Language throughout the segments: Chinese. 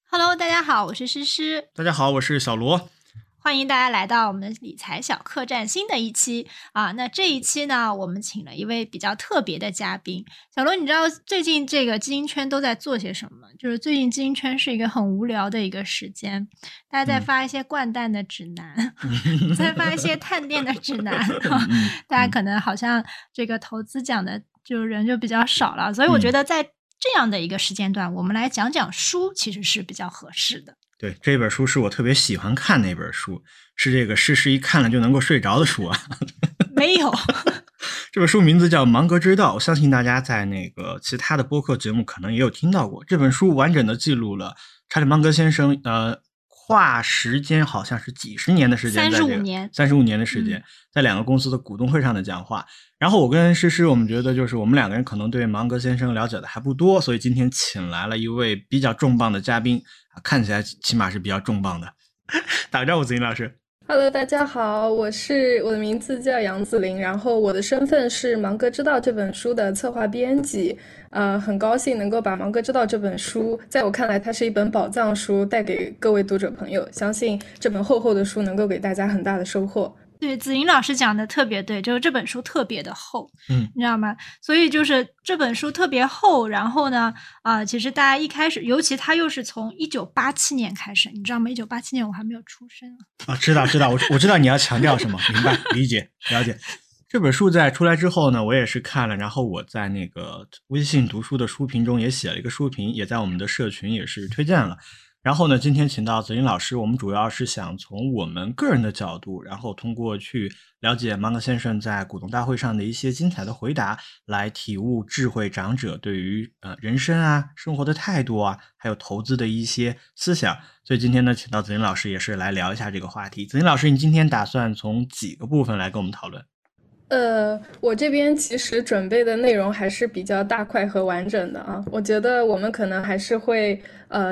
Hello，大家好，我是诗诗。 大家好，我是小罗。 欢迎大家来到我们的理财小客栈新的一期啊。那这一期呢，我们请了一位比较特别的嘉宾。小罗，你知道最近这个基金圈都在做些什么吗？就是最近基金圈是一个很无聊的一个时间，大家在发一些掼蛋的指南，在发一些探店的指南。大家可能好像这个投资讲的就人就比较少了，所以我觉得在这样的一个时间段，我们来讲讲书其实是比较合适的。 对，这本书是我特别喜欢看的一本书，是这个诗诗一看了就能够睡着的书啊。 没有。 这本书名字叫《芒格之道》，我相信大家在那个其他的播客节目可能也有听到过。这本书完整的记录了查理芒格先生跨时间好像是几十年的时间，35年的时间，在两个公司的股东会上的讲话。然后我跟诗诗我们觉得就是我们两个人可能对芒格先生了解的还不多，所以今天请来了一位比较重磅的嘉宾，看起来起码是比较重磅的。打个招呼，子英老师。 Hello， 大家好，我的名字叫杨子玲，然后我的身份是《芒格之道》这本书的策划编辑，很高兴能够把《芒格之道》这本书，在我看来它是一本宝藏书，带给各位读者朋友，相信这本厚厚的书能够给大家很大的收获。 对，子莹老师讲的特别对，就是这本书特别的厚，你知道吗？所以就是这本书特别厚，然后呢，其实大家一开始，尤其它又是从1987年开始，你知道吗？1987年我还没有出生啊。知道，我知道你要强调什么，明白，理解，了解。这本书在出来之后呢，我也是看了，然后我在那个微信读书的书评中也写了一个书评，也在我们的社群也是推荐了。然后呢，今天请到子英老师，我们主要是想从我们个人的角度，然后通过去了解芒格先生在股东大会上的一些精彩的回答，来体悟智慧长者对于人生啊、生活的态度啊，还有投资的一些思想。所以今天呢，请到子英老师也是来聊一下这个话题。子英老师，你今天打算从几个部分来跟我们讨论？ 我这边其实准备的内容还是比较大块和完整的啊，我觉得我们可能还是会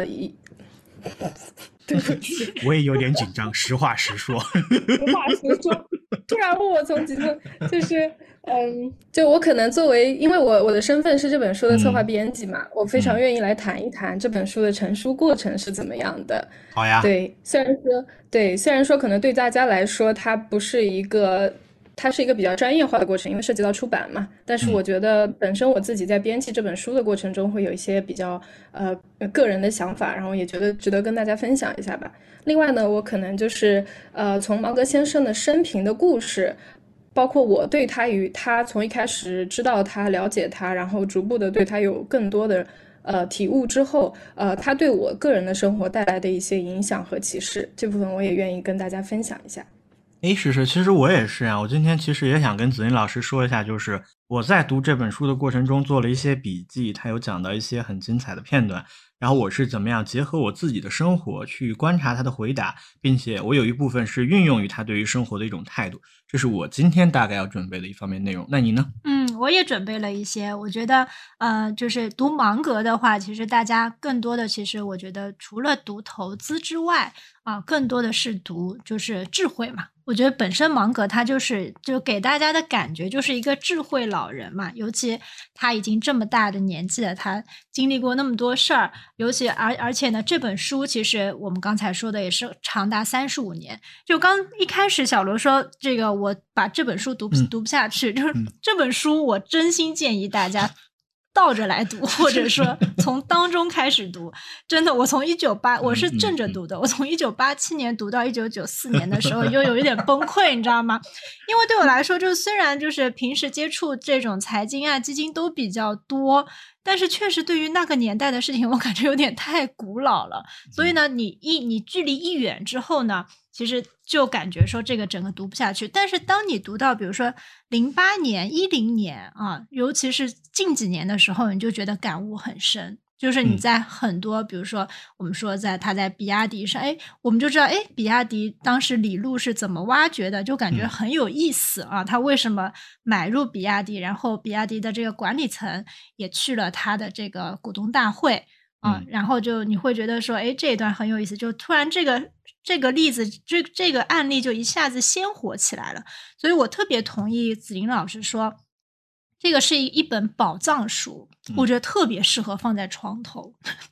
对不起， 我也有点紧张，实话实说。 实话实说，突然问我从几个，就是就我可能作为，因为我的身份是这本书的策划编辑嘛，我非常愿意来谈一谈这本书的成书过程是怎么样的。 好呀。 对，虽然说可能对大家来说它是一个比较专业化的过程，因为涉及到出版嘛。但是我觉得本身我自己在编辑这本书的过程中，会有一些比较个人的想法，然后也觉得值得跟大家分享一下吧。另外呢，我可能就是从芒格先生的生平的故事，包括我对他与他从一开始知道他、了解他，然后逐步的对他有更多的体悟之后，他对我个人的生活带来的一些影响和启示，这部分我也愿意跟大家分享一下。 是，其实我也是啊。我今天其实也想跟子英老师说一下，就是我在读这本书的过程中做了一些笔记，他有讲到一些很精彩的片段，然后我是怎么样结合我自己的生活去观察他的回答，并且我有一部分是运用于他对于生活的一种态度，这是我今天大概要准备的一方面内容。那你呢？ 我也准备了一些。我觉得就是读芒格的话，其实大家更多的，其实我觉得除了读投资之外更多的是读就是智慧嘛。我觉得本身芒格他就给大家的感觉就是一个智慧老人嘛，尤其他已经这么大的年纪了，他经历过那么多事儿，尤其而且呢，这本书其实我们刚才说的也是长达35年。就刚一开始小罗说这个我把这本书读不下去，就是这本书我真心建议大家倒着来读，或者说从当中开始读。真的，我是正着读的，我从1987年读到1994年的时候，就有一点崩溃，你知道吗？因为对我来说，就虽然就是平时接触这种财经啊、基金都比较多，但是确实对于那个年代的事情，我感觉有点太古老了。所以呢，你距离一远之后呢，其实就感觉说这个整个读不下去。但是当你读到比如说08年、10年尤其是近几年的时候，你就觉得感悟很深。就是你在很多比如说我们说他在比亚迪上，我们就知道比亚迪当时李路是怎么挖掘的，就感觉很有意思他为什么买入比亚迪，然后比亚迪的这个管理层也去了他的这个股东大会然后就你会觉得说这一段很有意思，就突然这个例子这个案例就一下子鲜活起来了。所以我特别同意子玲老师说这个是一本宝藏书，我觉得特别适合放在床头。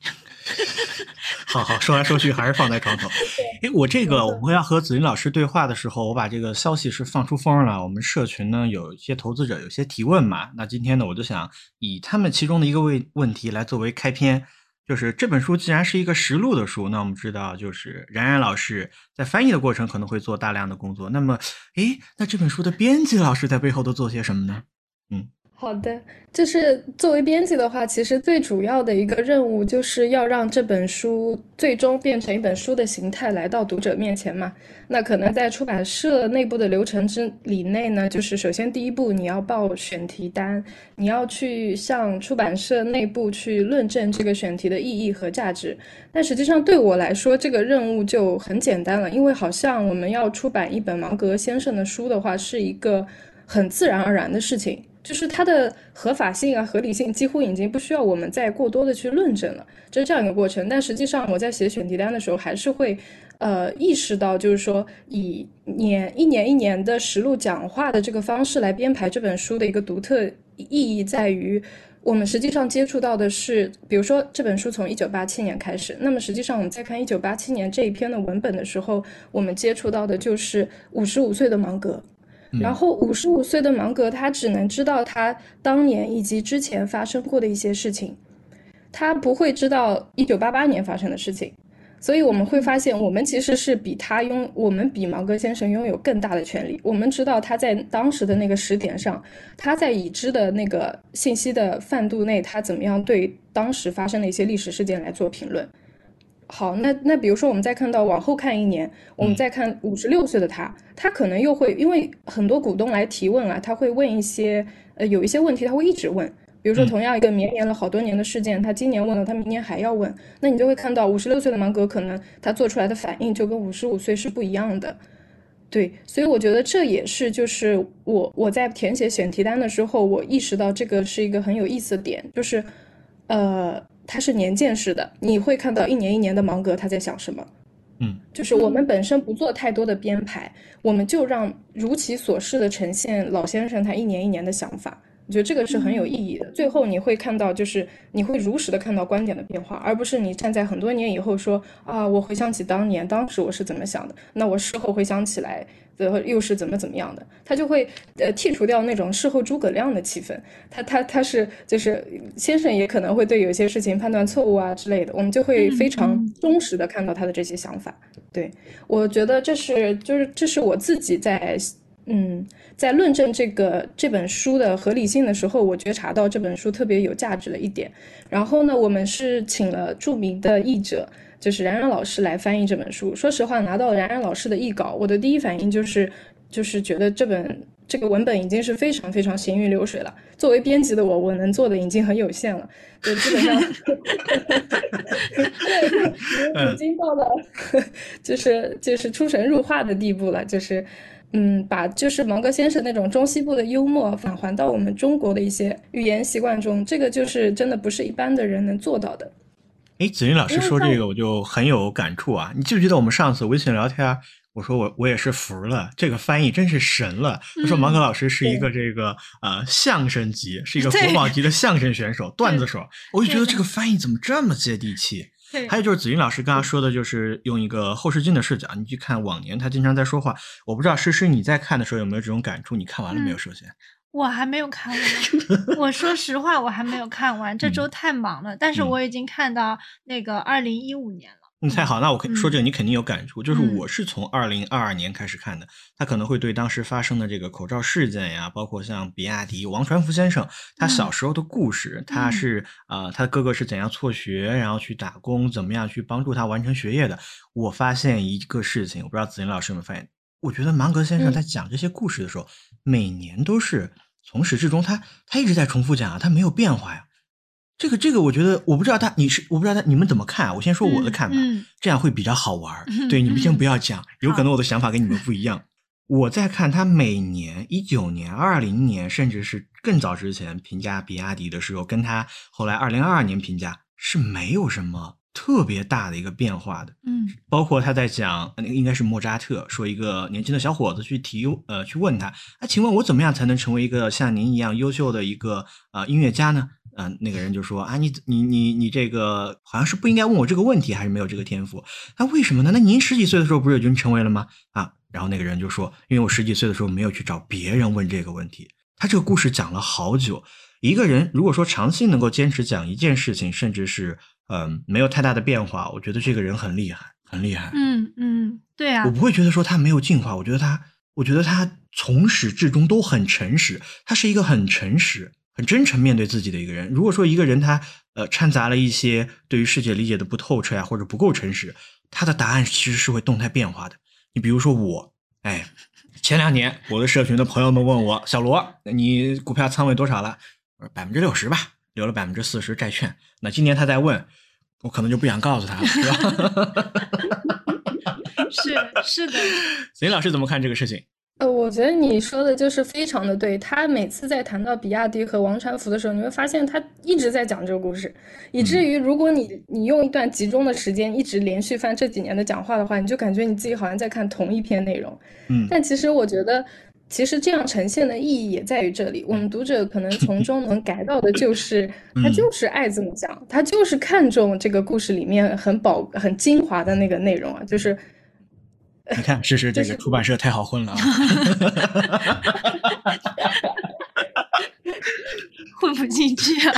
好好说来说去还是放在床头。诶，我这个我们要和子林老师对话的时候，我把这个消息是放出风了。我们社群呢有一些投资者有些提问嘛，那今天呢我就想以他们其中的一个问题来作为开篇，就是这本书既然是一个实录的书，那我们知道就是冉冉老师在翻译的过程可能会做大量的工作，那么那这本书的编辑老师在背后都做些什么呢？ 好的，就是作为编辑的话，其实最主要的一个任务就是要让这本书最终变成一本书的形态来到读者面前嘛。那可能在出版社内部的流程之内呢，就是首先第一步你要报选题单，你要去向出版社内部去论证这个选题的意义和价值。但实际上对我来说，这个任务就很简单了，因为好像我们要出版一本芒格先生的书的话，是一个很自然而然的事情。就是它的合法性啊、合理性几乎已经不需要我们再过多的去论证了，这是这样一个过程。但实际上我在写选题单的时候，还是会意识到，就是说以一年的实录讲话的这个方式来编排这本书的一个独特意义在于，我们实际上接触到的是，比如说这本书从1987年开始，那么实际上我们在看1987年这一篇的文本的时候，我们接触到的就是55岁的芒格。然后55岁的芒格，他只能知道他当年以及之前发生过的一些事情，他不会知道1988年发生的事情。所以我们会发现，我们其实是我们比芒格先生拥有更大的权利。我们知道他在当时的那个时点上，他在已知的那个信息的范度内，他怎么样对当时发生的一些历史事件来做评论。好，那比如说我们再看到往后看一年，我们再看56岁的他可能又会因为很多股东来提问啊，他会问一些有一些问题他会一直问，比如说同样一个绵延了好多年的事件，他今年问了，他明年还要问，那你就会看到56岁的芒格可能他做出来的反应就跟55岁是不一样的。对，所以我觉得这也是就是我在填写选题单的时候，我意识到这个是一个很有意思的点，就是它是年鉴式的，你会看到一年一年的芒格他在想什么。就是我们本身不做太多的编排，我们就让如其所示的呈现老先生他一年一年的想法。我觉得这个是很有意义的。最后你会看到，就是你会如实的看到观点的变化，而不是你站在很多年以后说啊，我回想起当时我是怎么想的，那我事后回想起来又是怎么样的，他就会剔除掉那种事后诸葛亮的气氛。他是就是先生也可能会对有些事情判断错误啊之类的，我们就会非常忠实的看到他的这些想法。对，我觉得这是我自己在论证这本书的合理性的时候，我觉察到这本书特别有价值的一点。然后呢，我们是请了著名的译者，就是冉冉老师来翻译这本书。说实话，拿到冉冉老师的译稿，我的第一反应就是觉得这个文本已经是非常非常行云流水了。作为编辑的我能做的已经很有限了，就基本上对，已经到了就是出神入化的地步了，就是把就是芒格先生那种中西部的幽默返还到我们中国的一些语言习惯中，这个就是真的不是一般的人能做到的。 子云老师说这个我就很有感触啊！你记不记得我们上次微信聊天，我说我也是服了，这个翻译真是神了。他说芒格老师是一个这个相声级，是一个国宝级的相声选手、段子手，我就觉得这个翻译怎么这么接地气。还有就是子云老师刚刚说的，就是用一个后视镜的视角，你去看往年他经常在说话。我不知道诗诗你在看的时候有没有这种感触？你看完了没有？首先， 我还没有看完，我说实话，我还没有看完，这周太忙了。但是我已经看到那个2015年了。 太好，那我说这个你肯定有感触，就是我是从2022年开始看的，他可能会对当时发生的这个口罩事件呀，包括像比亚迪王传福先生他小时候的故事，他是他哥哥是怎样辍学，然后去打工，怎么样去帮助他完成学业的。我发现一个事情，我不知道子云老师有没有发现，我觉得芒格先生在讲这些故事的时候，每年都是从始至终他一直在重复讲啊，他没有变化呀。这个我觉得我不知道你们怎么看啊？我先说我的看法，这样会比较好玩。对，你们先不要讲，有可能我的想法跟你们不一样。我在看他每年19年、20年，甚至是更早之前评价比亚迪的时候，跟他后来2022年评价是没有什么特别大的一个变化的。包括他在讲那个应该是莫扎特，说一个年轻的小伙子去问他，请问我怎么样才能成为一个像您一样优秀的一个音乐家呢？ 那个人就说啊，你这个好像是不应该问我这个问题，还是没有这个天赋？为什么呢？那您10几岁的时候不是已经成为了吗？然后那个人就说，因为我10几岁的时候没有去找别人问这个问题。他这个故事讲了好久。一个人如果说长期能够坚持讲一件事情，甚至是没有太大的变化，我觉得这个人很厉害，很厉害。 对啊， 我不会觉得说他没有进化，我觉得他从始至终都很诚实，他是一个很诚实、很真诚面对自己的一个人。如果说一个人他掺杂了一些对于世界理解的不透彻呀，或者不够诚实，他的答案其实是会动态变化的。你比如说我，前2年我的社群的朋友们问我，小罗，你股票仓位多少了？我说60%吧，留了40%债券。那今年他在问，我可能就不想告诉他了，是吧？ 是的。 所以老师怎么看这个事情？ 我觉得你说的就是非常的对。他每次在谈到比亚迪和王传福的时候，你会发现他一直在讲这个故事，以至于如果你用一段集中的时间一直连续翻这几年的讲话的话，你就感觉你自己好像在看同一篇内容。但其实我觉得，其实这样呈现的意义也在于这里，我们读者可能从中能改到的就是他就是爱这么讲，他就是看重这个故事里面很精华的那个内容啊，就是你看，这个出版社太好混了啊！ 混不进去啊。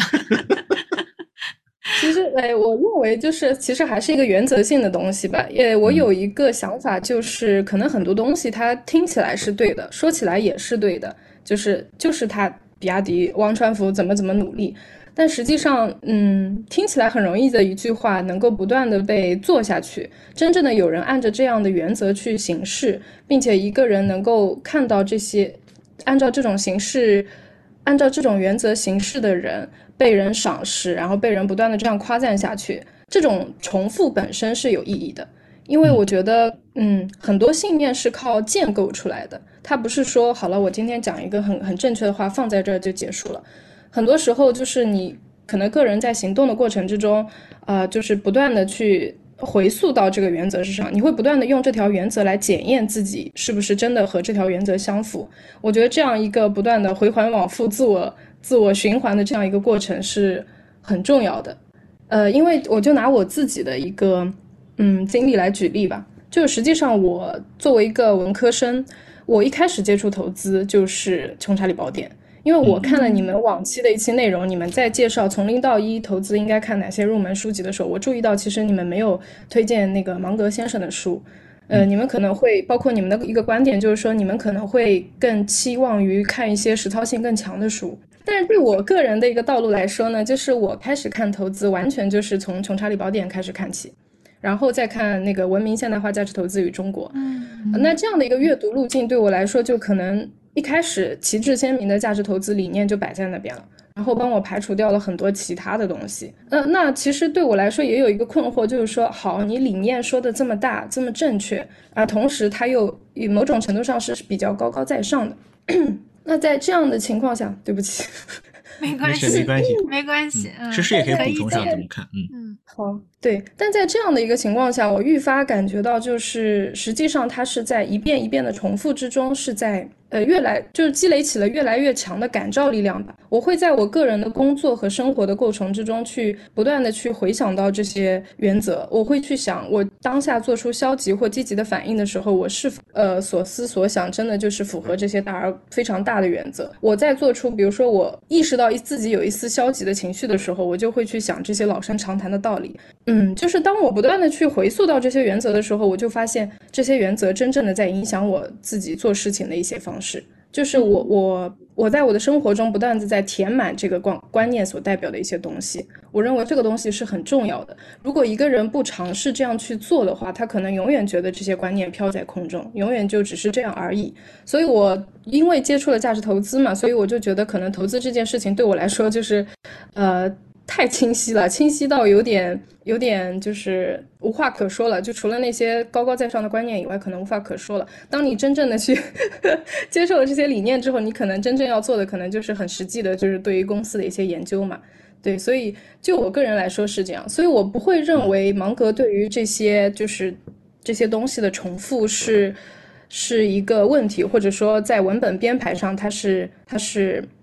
其实，我认为就是其实还是一个原则性的东西吧。我有一个想法，就是可能很多东西它听起来是对的，说起来也是对的，就是他比亚迪、王传福怎么努力。但实际上，听起来很容易的一句话，能够不断的被做下去。真正的有人按照这样的原则去行事，并且一个人能够看到这些，按照这种原则行事的人被人赏识，然后被人不断的这样夸赞下去，这种重复本身是有意义的。因为我觉得，很多信念是靠建构出来的，它不是说好了，我今天讲一个很正确的话放在这儿就结束了。很多时候就是你可能个人在行动的过程之中，就是不断的去回溯到这个原则之上，你会不断的用这条原则来检验自己是不是真的和这条原则相符。我觉得这样一个不断的回环往复、自我循环的这样一个过程是很重要的。因为我就拿我自己的一个经历来举例吧，就是实际上我作为一个文科生，我一开始接触投资就是《穷查理宝典》。因为我看了你们往期的一期内容，你们在介绍从0到1投资应该看哪些入门书籍的时候，我注意到其实你们没有推荐那个芒格先生的书。你们可能会包括你们的一个观点，就是说你们可能会更期望于看一些实操性更强的书。但是对我个人的一个道路来说呢，就是我开始看投资完全就是从《穷查理宝典》开始看起，然后再看那个《文明现代化价值投资与中国》。那这样的一个阅读路径对我来说，就可能一开始旗帜鲜明的价值投资理念就摆在那边了，然后帮我排除掉了很多其他的东西。那其实对我来说也有一个困惑，就是说，好，你理念说的这么大，这么正确，同时它又以某种程度上是比较高高在上的。那在这样的情况下，对不起， 没关系，没关系。 诗诗也可以补充上怎么看？ 好，对。但在这样的一个情况下，我愈发感觉到，就是实际上它是在一遍一遍的重复之中，是在就是积累起了越来越强的感召力量吧。我会在我个人的工作和生活的过程之中去不断的去回想到这些原则，我会去想，我当下做出消极或积极的反应的时候，我是所思所想真的就是符合这些非常大的原则。我在做出，比如说我意识到自己有一丝消极的情绪的时候，我就会去想这些老生常谈的道理。就是当我不断的去回溯到这些原则的时候，我就发现这些原则真正的在影响我自己做事情的一些方式。就是我在我的生活中不断的在填满这个观念所代表的一些东西，我认为这个东西是很重要的。如果一个人不尝试这样去做的话，他可能永远觉得这些观念飘在空中，永远就只是这样而已。所以我因为接触了价值投资嘛，所以我就觉得可能投资这件事情对我来说就是太清晰了，清晰到有点就是无话可说了，就除了那些高高在上的观念以外，可能无话可说了。当你真正的去接受了这些理念之后，你可能真正要做的可能就是很实际的，就是对于公司的一些研究嘛。对，所以就我个人来说是这样，所以我不会认为芒格对于这些东西的重复是一个问题，或者说在文本编排上它是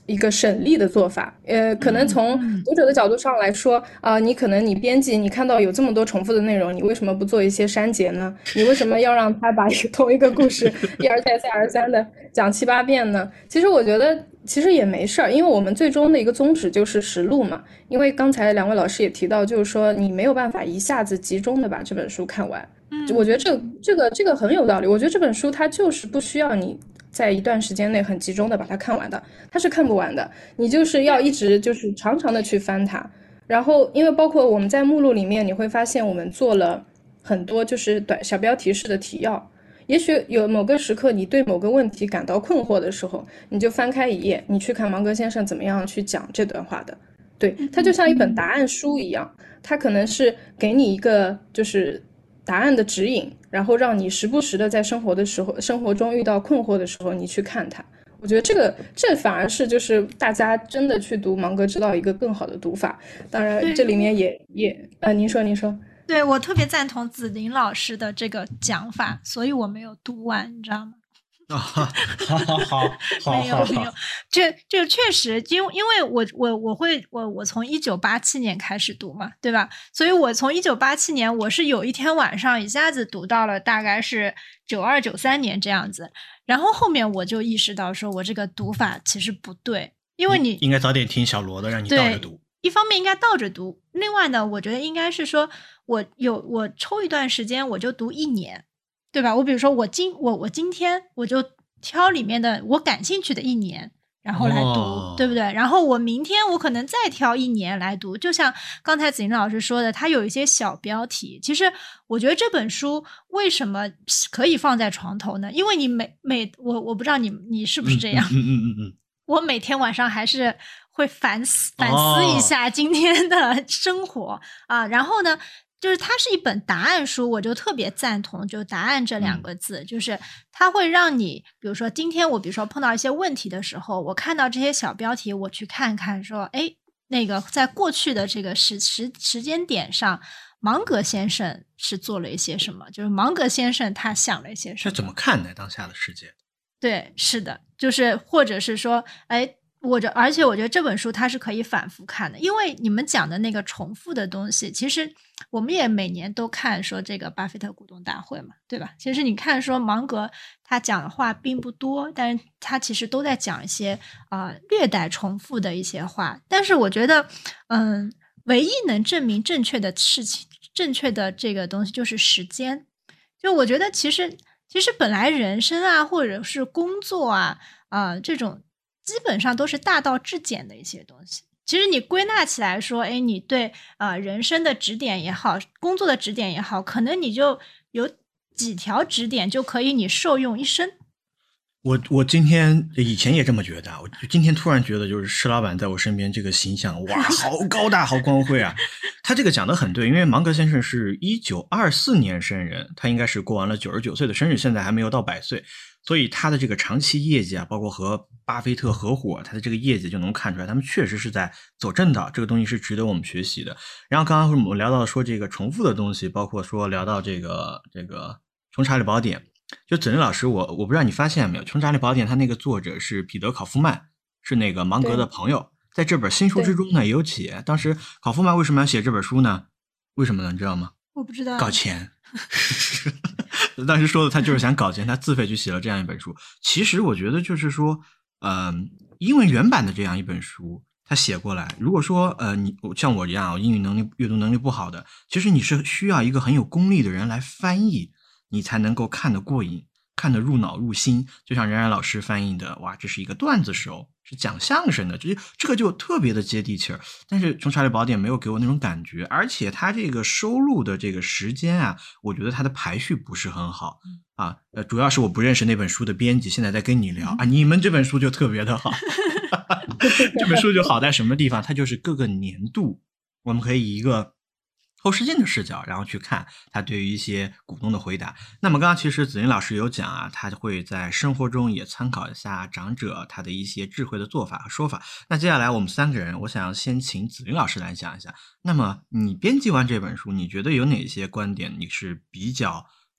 一个省力的做法。可能从读者的角度上来说，你可能你编辑你看到有这么多重复的内容，你为什么不做一些删节呢？你为什么要让他把同一个故事一而再再而三的讲7、8遍呢？其实我觉得其实也没事儿，因为我们最终的一个宗旨就是实录嘛。因为刚才2位老师也提到，就是说你没有办法一下子集中的把这本书看完。我觉得这个很有道理。我觉得这本书它就是不需要你在一段时间内很集中的把它看完的，它是看不完的。你就是要一直就是长长的去翻它。然后因为包括我们在目录里面，你会发现我们做了很多就是短小标题式的提要。也许有某个时刻你对某个问题感到困惑的时候，你就翻开一页，你去看芒格先生怎么样去讲这段话的。对，它就像一本答案书一样，它可能是给你一个就是答案的指引，然后让你时不时的在生活中遇到困惑的时候，你去看它。我觉得这反而是就是大家真的去读芒格之道一个更好的读法。当然，这里面您说。 对，我特别赞同子林老师的这个讲法，所以我没有读完，你知道吗？ 好， 没有，这确实，因为我从1987年开始读嘛，对吧？所以我从1987年，我是有一天晚上一下子读到了大概是92、93年这样子，然后后面我就意识到说我这个读法其实不对，因为你应该早点听小罗的，让你倒着读。 一方面应该倒着读，另外呢，我觉得应该是说我抽一段时间我就读1年，对吧？我比如说我今天我就挑里面的我感兴趣的1年，然后来读，对不对？然后我明天我可能再挑1年来读，就像刚才子林老师说的，它有一些小标题。其实我觉得这本书为什么可以放在床头呢？因为你我不知道你是不是这样。我每天晚上还是会反思一下今天的生活啊，然后呢，就是它是一本答案书，我就特别赞同就答案这2个字，就是它会让你比如说今天我比如说碰到一些问题的时候，我看到这些小标题，我去看看说，哎，那个在过去的这个时间点上，芒格先生是做了一些什么，就是芒格先生他想了一些什么， 是怎么看待当下的世界？ 对，是的，就是或者是说，哎，而且我觉得这本书它是可以反复看的，因为你们讲的那个重复的东西，其实我们也每年都看说这个巴菲特股东大会嘛，对吧？其实你看说芒格他讲的话并不多，但是他其实都在讲一些略带重复的一些话，但是我觉得，唯一能证明正确的事情、正确的这个东西就是时间。就我觉得其实本来人生啊，或者是工作啊，这种基本上都是大道至简的一些东西。其实你归纳起来说，哎，你对人生的指点也好，工作的指点也好，可能你就有几条指点就可以你受用一生。 我以前也这么觉得，我今天突然觉得，就是施老板在我身边这个形象，哇，好高大，好光辉啊！他这个讲得很对，因为芒格先生是1924年生人，他应该是过完了99岁的生日，现在还没有到100岁，所以他的这个长期业绩啊，包括和巴菲特合伙，他的这个业绩就能看出来，他们确实是在走正道，这个东西是值得我们学习的。然后刚刚我们聊到说这个重复的东西，包括说聊到这个穷查理宝典。就子林老师，我不知道你发现没有，《穷查理宝典》他那个作者是彼得·考夫曼，是那个芒格的朋友，在这本新书之中呢也有写。当时考夫曼为什么要写这本书呢？为什么呢？你知道吗？ 我不知道。 搞钱。当时说的他就是想搞钱，他自费去写了这样一本书。其实我觉得就是说，英文原版的这样一本书，他写过来，如果说你像我一样英语能力、阅读能力不好的，其实你是需要一个很有功力的人来翻译。你才能够看得过瘾，看得入脑入心。就像冉冉老师翻译的，哇，这是一个段子手，是讲相声的，这个就特别的接地气儿。但是《穷查理宝典》没有给我那种感觉，而且它这个收录的这个时间啊，我觉得它的排序不是很好啊。主要是我不认识那本书的编辑，现在在跟你聊啊，你们这本书就特别的好。这本书就好在什么地方？它就是各个年度，我们可以以一个后视镜的视角，然后去看他对于一些股东的回答。那么刚刚其实子林老师有讲啊，他会在生活中也参考一下长者他的一些智慧的做法和说法。那接下来我们3个人，我想要先请子林老师来讲一下。那么你编辑完这本书，你觉得有哪些观点你是比较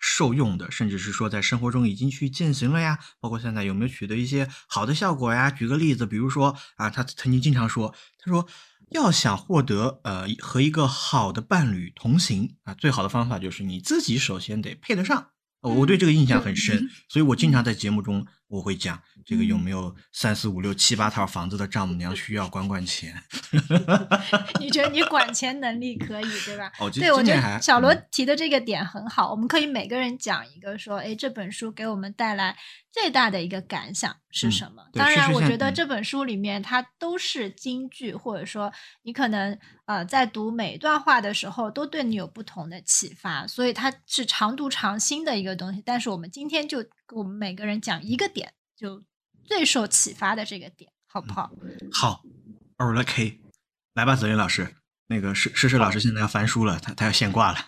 受用的，甚至是说在生活中已经去践行了呀，包括现在有没有取得一些好的效果呀？举个例子，比如说啊，他曾经经常说，他说要想获得和一个好的伴侣同行啊，最好的方法就是你自己首先得配得上。我对这个印象很深，所以我经常在节目中我会讲这个有没有3、4、5、6、7、8套房子的丈母娘需要管钱。 你觉得你管钱能力可以对吧？ 哦， 对，我觉今年还得小罗提的这个点很好，我们可以每个人讲一个说，这本书给我们带来最大的一个感想是什么？ 对当然，我试试觉得这本书里面它都是金句，或者说你可能在读每一段话的时候都对你有不同的启发，所以它是常读常新的一个东西。但是我们今天就给我们每个人讲一个点，就最受启发的这个点，好不好？ 好，OK， 来吧，子林老师。那个诗老师现在要翻书了，他要现挂了。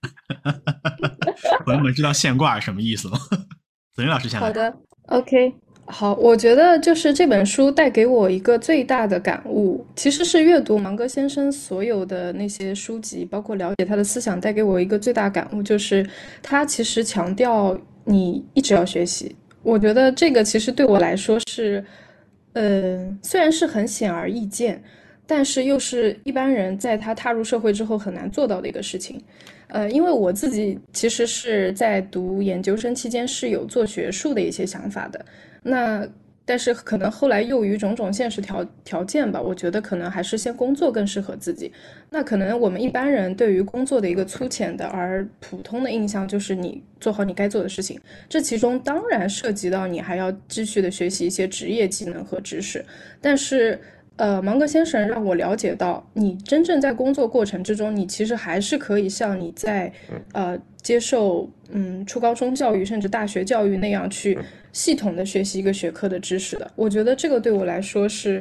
朋友们知道现挂是什么意思吗？子林老师先来。 好的 ，OK， 好，我觉得就是这本书带给我一个最大的感悟，其实是阅读芒格先生所有的那些书籍，包括了解他的思想，带给我一个最大感悟，就是他其实强调你一直要学习。我觉得这个其实对我来说是，虽然是很显而易见，但是又是一般人在他踏入社会之后很难做到的一个事情。因为我自己其实是在读研究生期间是有做学术的一些想法的，但是可能后来由于种种现实条件吧，我觉得可能还是先工作更适合自己。那可能我们一般人对于工作的一个粗浅的而普通的印象就是你做好你该做的事情，这其中当然涉及到你还要继续的学习一些职业技能和知识，但是芒格先生让我了解到，你真正在工作过程之中，你其实还是可以像你在接受初高中教育甚至大学教育那样去系统的学习一个学科的知识的。我觉得这个对我来说是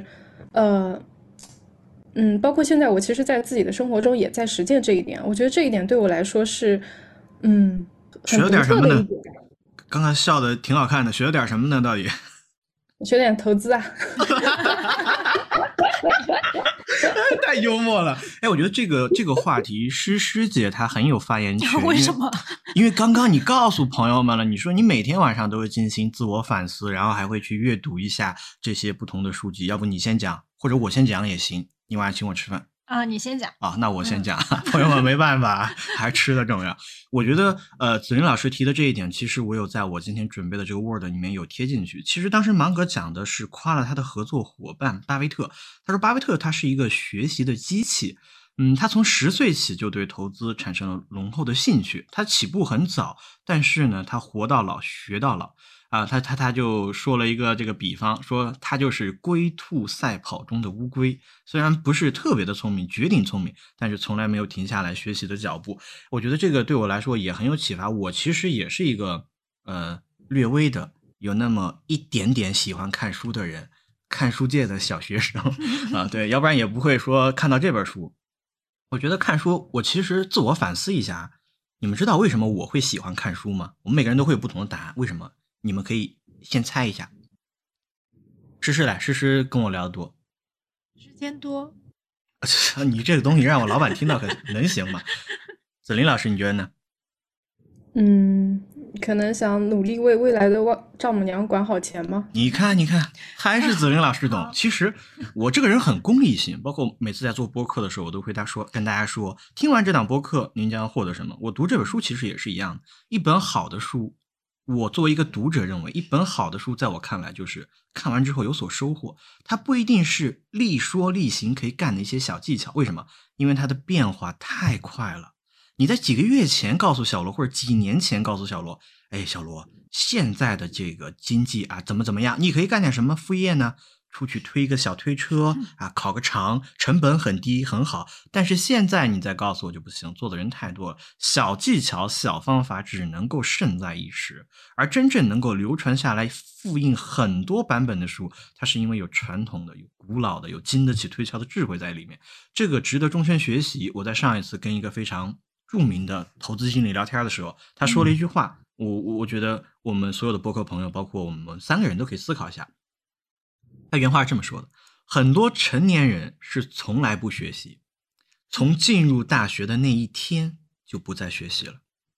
包括现在我其实在自己的生活中也在实践这一点，我觉得这一点对我来说是学了点什么呢？ 很独特的一点。 刚刚笑的挺好看的，学了点什么呢？到底学点投资啊。 太幽默了。我觉得这个话题诗姐她很有发言权。 为什么？ 因为刚刚你告诉朋友们了，你说你每天晚上都会进行自我反思，然后还会去阅读一下这些不同的书籍。要不你先讲，或者我先讲也行。你晚上请我吃饭啊，你先讲啊，那我先讲。朋友们没办法，还是吃的重要。我觉得子林老师提的这一点，其实我有在我今天准备的这个 Word 里面有贴进去。其实当时芒格讲的是夸了他的合作伙伴巴菲特，他说巴菲特他是一个学习的机器。他从10岁起就对投资产生了浓厚的兴趣，他起步很早，但是呢，他活到老学到老啊。他就说了一个这个比方，说他就是龟兔赛跑中的乌龟，虽然不是特别的聪明，绝顶聪明，但是从来没有停下来学习的脚步。我觉得这个对我来说也很有启发。我其实也是一个略微的有那么一点点喜欢看书的人，看书界的小学生啊，对，要不然也不会说看到这本书。我觉得看书，我其实自我反思一下，你们知道为什么我会喜欢看书吗？我们每个人都会有不同的答案，为什么？你们可以先猜一下。诗跟我聊得多， 时间多。 你这个东西让我老板听到可能行吗？子林老师，你觉得呢？ 可能想努力为未来的丈母娘管好钱吗？ 你看，还是子林老师懂。其实我这个人很功利性，包括每次在做播客的时候，我都会跟大家说，听完这档播客，您将获得什么？我读这本书其实也是一样的。一本好的书，我作为一个读者认为，一本好的书在我看来就是看完之后有所收获。它不一定是立说立行可以干的一些小技巧，为什么？因为它的变化太快了。你在几个月前告诉小罗，或者几年前告诉小罗，小罗，现在的这个经济啊，怎么样？你可以干点什么副业呢？出去推个小推车啊，考个场，成本很低，很好。但是现在你再告诉我就不行，做的人太多了，小技巧、小方法只能够胜在一时。而真正能够流传下来、复印很多版本的书，它是因为有传统的、有古老的、有经得起推敲的智慧在里面。这个值得终身学习。我在上一次跟一个非常著名的投资经理聊天的时候，他说了一句话，我觉得我们所有的播客朋友，包括我们3个人都可以思考一下。他原话是这么说的：很多成年人是从来不学习，从进入大学的那一天就不再学习了。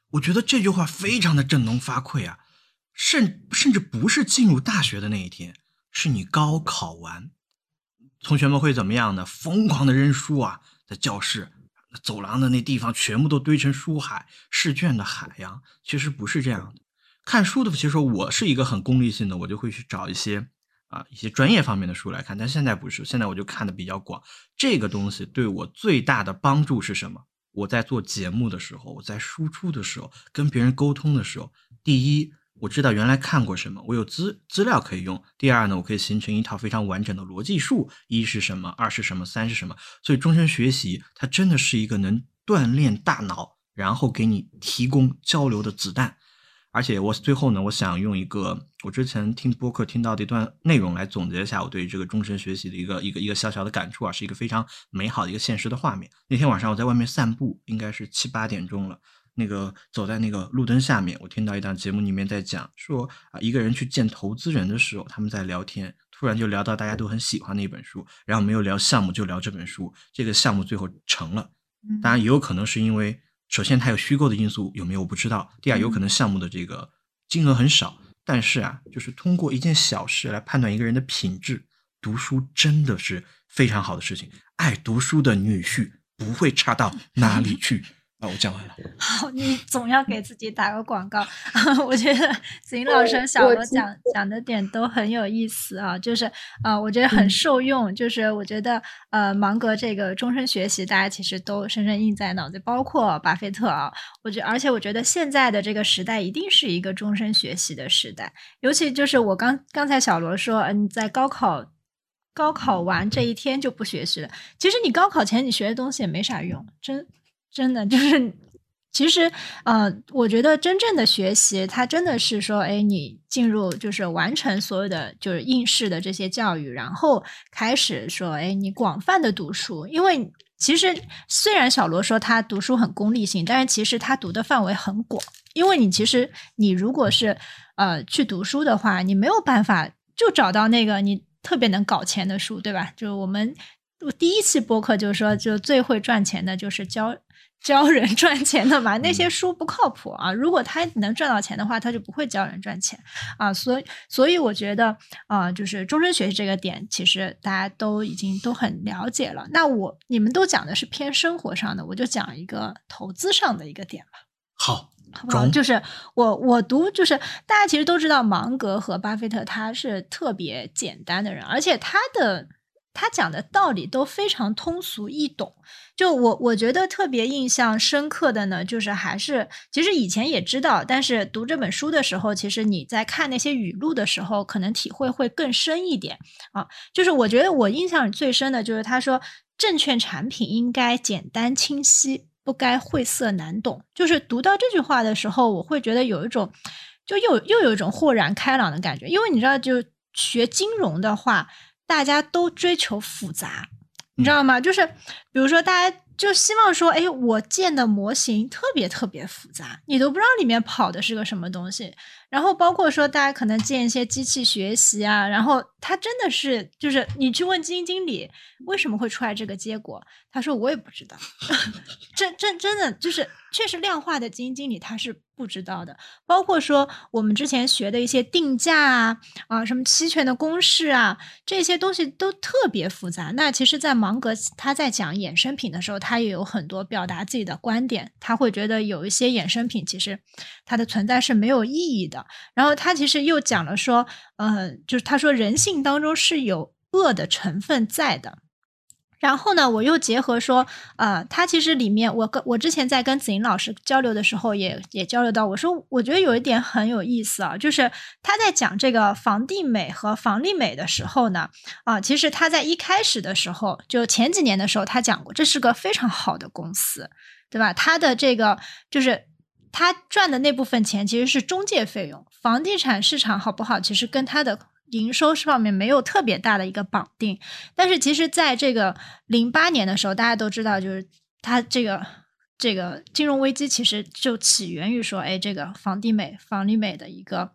我觉得这句话非常的振聋发聩啊，甚至不是进入大学的那一天，是你高考完，同学们会怎么样呢？疯狂的扔书啊，在教室走廊的那地方全部都堆成书海，试卷的海洋。其实不是这样的。看书的，其实我是一个很功利性的，我就会去找一些专业方面的书来看，但现在不是，现在我就看的比较广。这个东西对我最大的帮助是什么？我在做节目的时候，我在输出的时候，跟别人沟通的时候，第一，我知道原来看过什么，我有资料可以用。第二呢，我可以形成一套非常完整的逻辑树，一是什么，二是什么，三是什么。所以终身学习它真的是一个能锻炼大脑，然后给你提供交流的子弹。而且我最后呢，我想用一个我之前听播客听到的一段内容来总结一下我对于这个终身学习的一个小小的感触啊，是一个非常美好的一个现实的画面。那天晚上我在外面散步，应该是7、8点钟了，那个走在那个路灯下面，我听到一档节目里面在讲说一个人去见投资人的时候，他们在聊天，突然就聊到大家都很喜欢的一本书，然后没有聊项目就聊这本书，这个项目最后成了。当然也有可能是因为首先它有虚构的因素，有没有我不知道。第二，有可能项目的这个金额很少，但是就是通过一件小事来判断一个人的品质，读书真的是非常好的事情。爱读书的女婿不会差到哪里去。我讲完了。 好，你总要给自己打个广告。我觉得子英老师和小罗讲的点都很有意思啊，就是我觉得很受用。就是我觉得芒格这个终身学习，大家其实都深深印在脑子，包括巴菲特啊。而且我觉得现在的这个时代一定是一个终身学习的时代，尤其就是我刚才小罗说，你在高考完这一天就不学习了，其实你高考前你学的东西也没啥用，真的就是，其实我觉得真正的学习，它真的是说，你进入就是完成所有的就是应试的这些教育，然后开始说，你广泛的读书。因为其实虽然小罗说他读书很功利性，但是其实他读的范围很广。因为你如果是去读书的话，你没有办法就找到那个你特别能搞钱的书，对吧？就我第一期播客就说，就最会赚钱的就是教人赚钱的嘛，那些书不靠谱啊！如果他能赚到钱的话，他就不会教人赚钱啊。所以我觉得就是终身学习这个点，其实大家都已经都很了解了。那你们都讲的是偏生活上的，我就讲一个投资上的一个点吧。 好不好？就是我读，就是大家其实都知道，芒格和巴菲特他是特别简单的人，而且他讲的道理都非常通俗易懂。就我觉得特别印象深刻的呢，就是其实以前也知道，但是读这本书的时候，其实你在看那些语录的时候，可能体会会更深一点啊。就是我觉得我印象最深的就是他说，证券产品应该简单清晰，不该晦涩难懂。就是读到这句话的时候，我会觉得有一种就又有一种豁然开朗的感觉。因为你知道，就学金融的话，大家都追求复杂，你知道吗？就是比如说大家就希望说，我建的模型特别特别复杂，你都不知道里面跑的是个什么东西。然后包括说大家可能建一些机器学习啊，然后他真的是就是你去问基金经理为什么会出来这个结果，他说我也不知道。真的就是确实量化的基金经理他是不知道的。包括说我们之前学的一些定价什么期权的公式啊，这些东西都特别复杂。那其实在芒格他在讲衍生品的时候，他也有很多表达自己的观点。他会觉得有一些衍生品其实它的存在是没有意义的。然后他其实又讲了说就是他说人性当中是有恶的成分在的。然后呢，我又结合说他其实里面我之前在跟子英老师交流的时候也交流到，我说我觉得有一点很有意思啊，就是他在讲这个房地美和房利美的时候呢其实他在一开始的时候，就前几年的时候他讲过，这是个非常好的公司，对吧？他的这个就是他赚的那部分钱其实是中介费用，房地产市场好不好其实跟他的营收方面没有特别大的一个绑定。但是其实在这个08年的时候，大家都知道，就是他这个金融危机其实就起源于说这个房利美的一个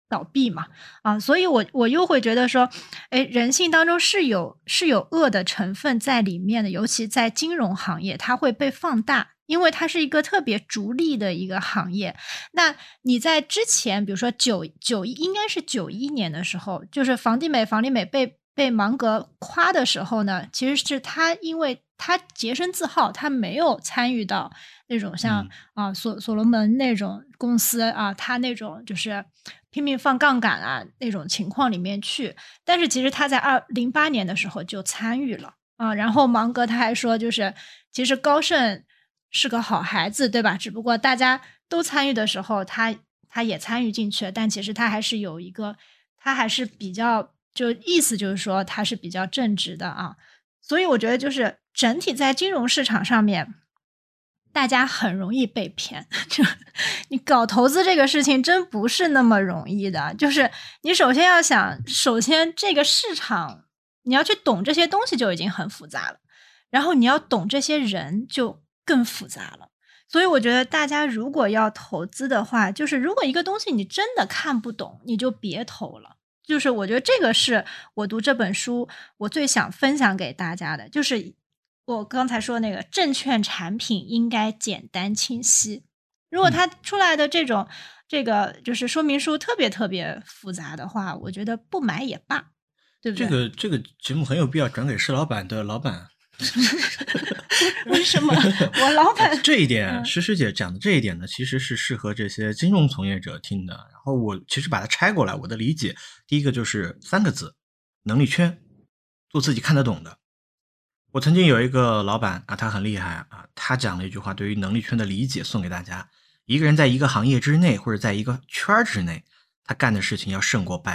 倒闭嘛，所以我又会觉得说，哎，人性当中是有恶的成分在里面的，尤其在金融行业，它会被放大，因为它是一个特别逐利的一个行业。那你在之前，比如说应该是91年的时候，就是房地美被芒格夸的时候呢，其实是他因为他洁身自好，他没有参与到那种像所罗门那种公司啊，他那种就是拼命放杠杆啊那种情况里面去。但是其实他在2008年的时候就参与了啊，然后芒格他还说，就是其实高盛是个好孩子，对吧？只不过大家都参与的时候，他也参与进去了，但其实他还是有一个，他还是比较。就意思就是说它是比较正直的啊，所以我觉得就是整体在金融市场上面，大家很容易被骗。就你搞投资这个事情真不是那么容易的，就是你首先要想，首先这个市场你要去懂这些东西就已经很复杂了，然后你要懂这些人就更复杂了。所以我觉得大家如果要投资的话，就是如果一个东西你真的看不懂，你就别投了。就是我觉得这个是我读这本书我最想分享给大家的，就是我刚才说那个证券产品应该简单清晰。如果它出来的这个就是说明书特别特别复杂的话，我觉得不买也罢，对不对？ 这个节目很有必要转给施老板的老板。 为什么我老板这一点诗诗姐讲的这一点呢，其实是适合这些金融从业者听的。然后我其实把它拆过来，我的理解第一个就是3个字：能力圈，做自己看得懂的。我曾经有一个老板啊，他很厉害啊，他讲了一句话，对于能力圈的理解送给大家：一个人在一个行业之内或者在一个圈之内，他干的事情要胜过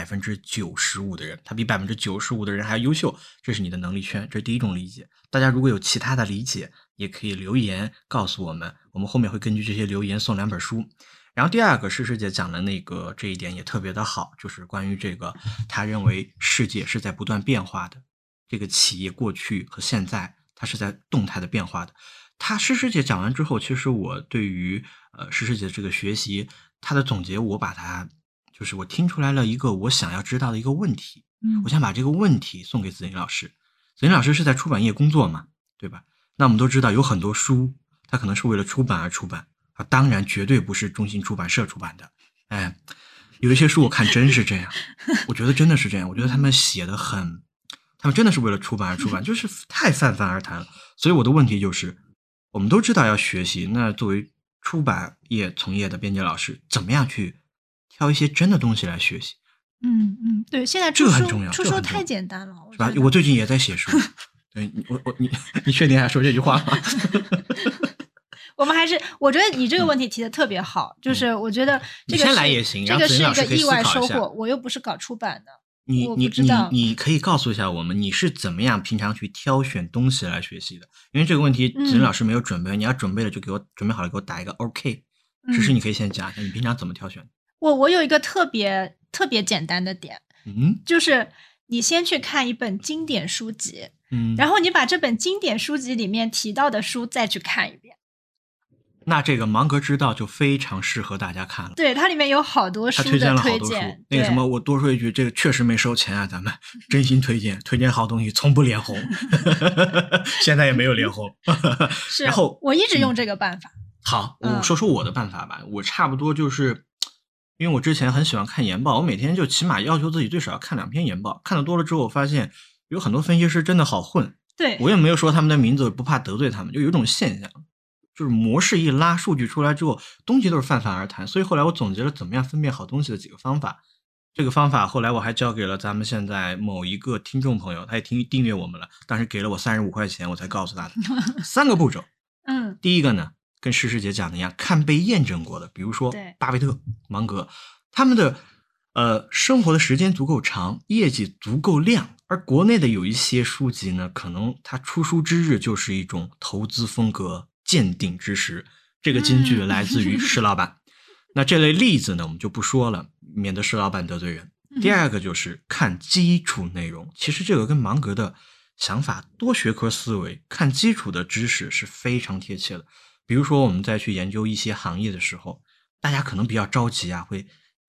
95%的人，他比95%的人还要优秀，这是你的能力圈，这是第一种理解。大家如果有其他的理解，也可以留言告诉我们，我们后面会根据这些留言送2本书。然后第二个，诗诗姐讲的那个这一点也特别的好，就是关于这个，他认为世界是在不断变化的，这个企业过去和现在它是在动态的变化的。诗诗姐讲完之后，其实我对于诗诗姐这个学习她的总结，我把它就是我听出来了一个我想要知道的一个问题，我想把这个问题送给子林老师。子林老师是在出版业工作嘛，对吧？那我们都知道有很多书它可能是为了出版而出版，当然绝对不是中信出版社出版的。有一些书我看真是这样，我觉得真的是这样，我觉得他们写的很，他们真的是为了出版而出版，就是太泛泛而谈了。所以我的问题就是，我们都知道要学习，那作为出版业从业的编辑老师，怎么样去挑一些真的东西来学习？ 对，现在这个很重要， 出书太简单了， 是吧？我最近也在写书。对，你确定还说这句话吗？ 我们还是，我觉得你这个问题提的特别好，就是我觉得这个你先来也行， 这个是一个意外收获。 我又不是搞出版的， 你可以告诉一下我们，你是怎么样平常去挑选东西来学习的？因为这个问题子林老师没有准备，你要准备了就准备好了给我打一个 OK。只是你可以先讲一下你平常怎么挑选。 我有一个特别简单的点，就是你先去看一本经典书籍，然后你把这本经典书籍里面提到的书再去看一遍。 那这个芒格之道就非常适合大家看了。 对，它里面有好多书的推荐了好多书。那个什么，我多说一句，这个确实没收钱啊，咱们真心推荐好东西，从不脸红，现在也没有脸红。 是， 然后我一直用这个办法。 好，我说我的办法吧。我差不多就是，因为我之前很喜欢看研报，我每天就起码要求自己最少要看2篇研报。看得多了之后，我发现有很多分析师真的好混。 对， 我也没有说他们的名字，不怕得罪他们，就有一种现象。就是模式一拉，数据出来之后，东西都是泛泛而谈。所以后来我总结了怎么样分辨好东西的几个方法。这个方法后来我还交给了咱们现在某一个听众朋友，他也订阅我们了，当时给了我35块钱，我才告诉他的3个步骤。第一个呢，跟诗诗姐讲的一样，看被验证过的，比如说巴菲特、芒格，他们的生活的时间足够长，业绩足够亮。而国内的有一些书籍呢，可能它出书之日就是一种投资风格鉴定之时。这个金句来自于施老板。那这类例子呢，我们就不说了，免得施老板得罪人。第二个就是看基础内容。其实这个跟芒格的想法多学科思维，看基础的知识是非常贴切的。比如说我们再去研究一些行业的时候，大家可能比较着急啊，会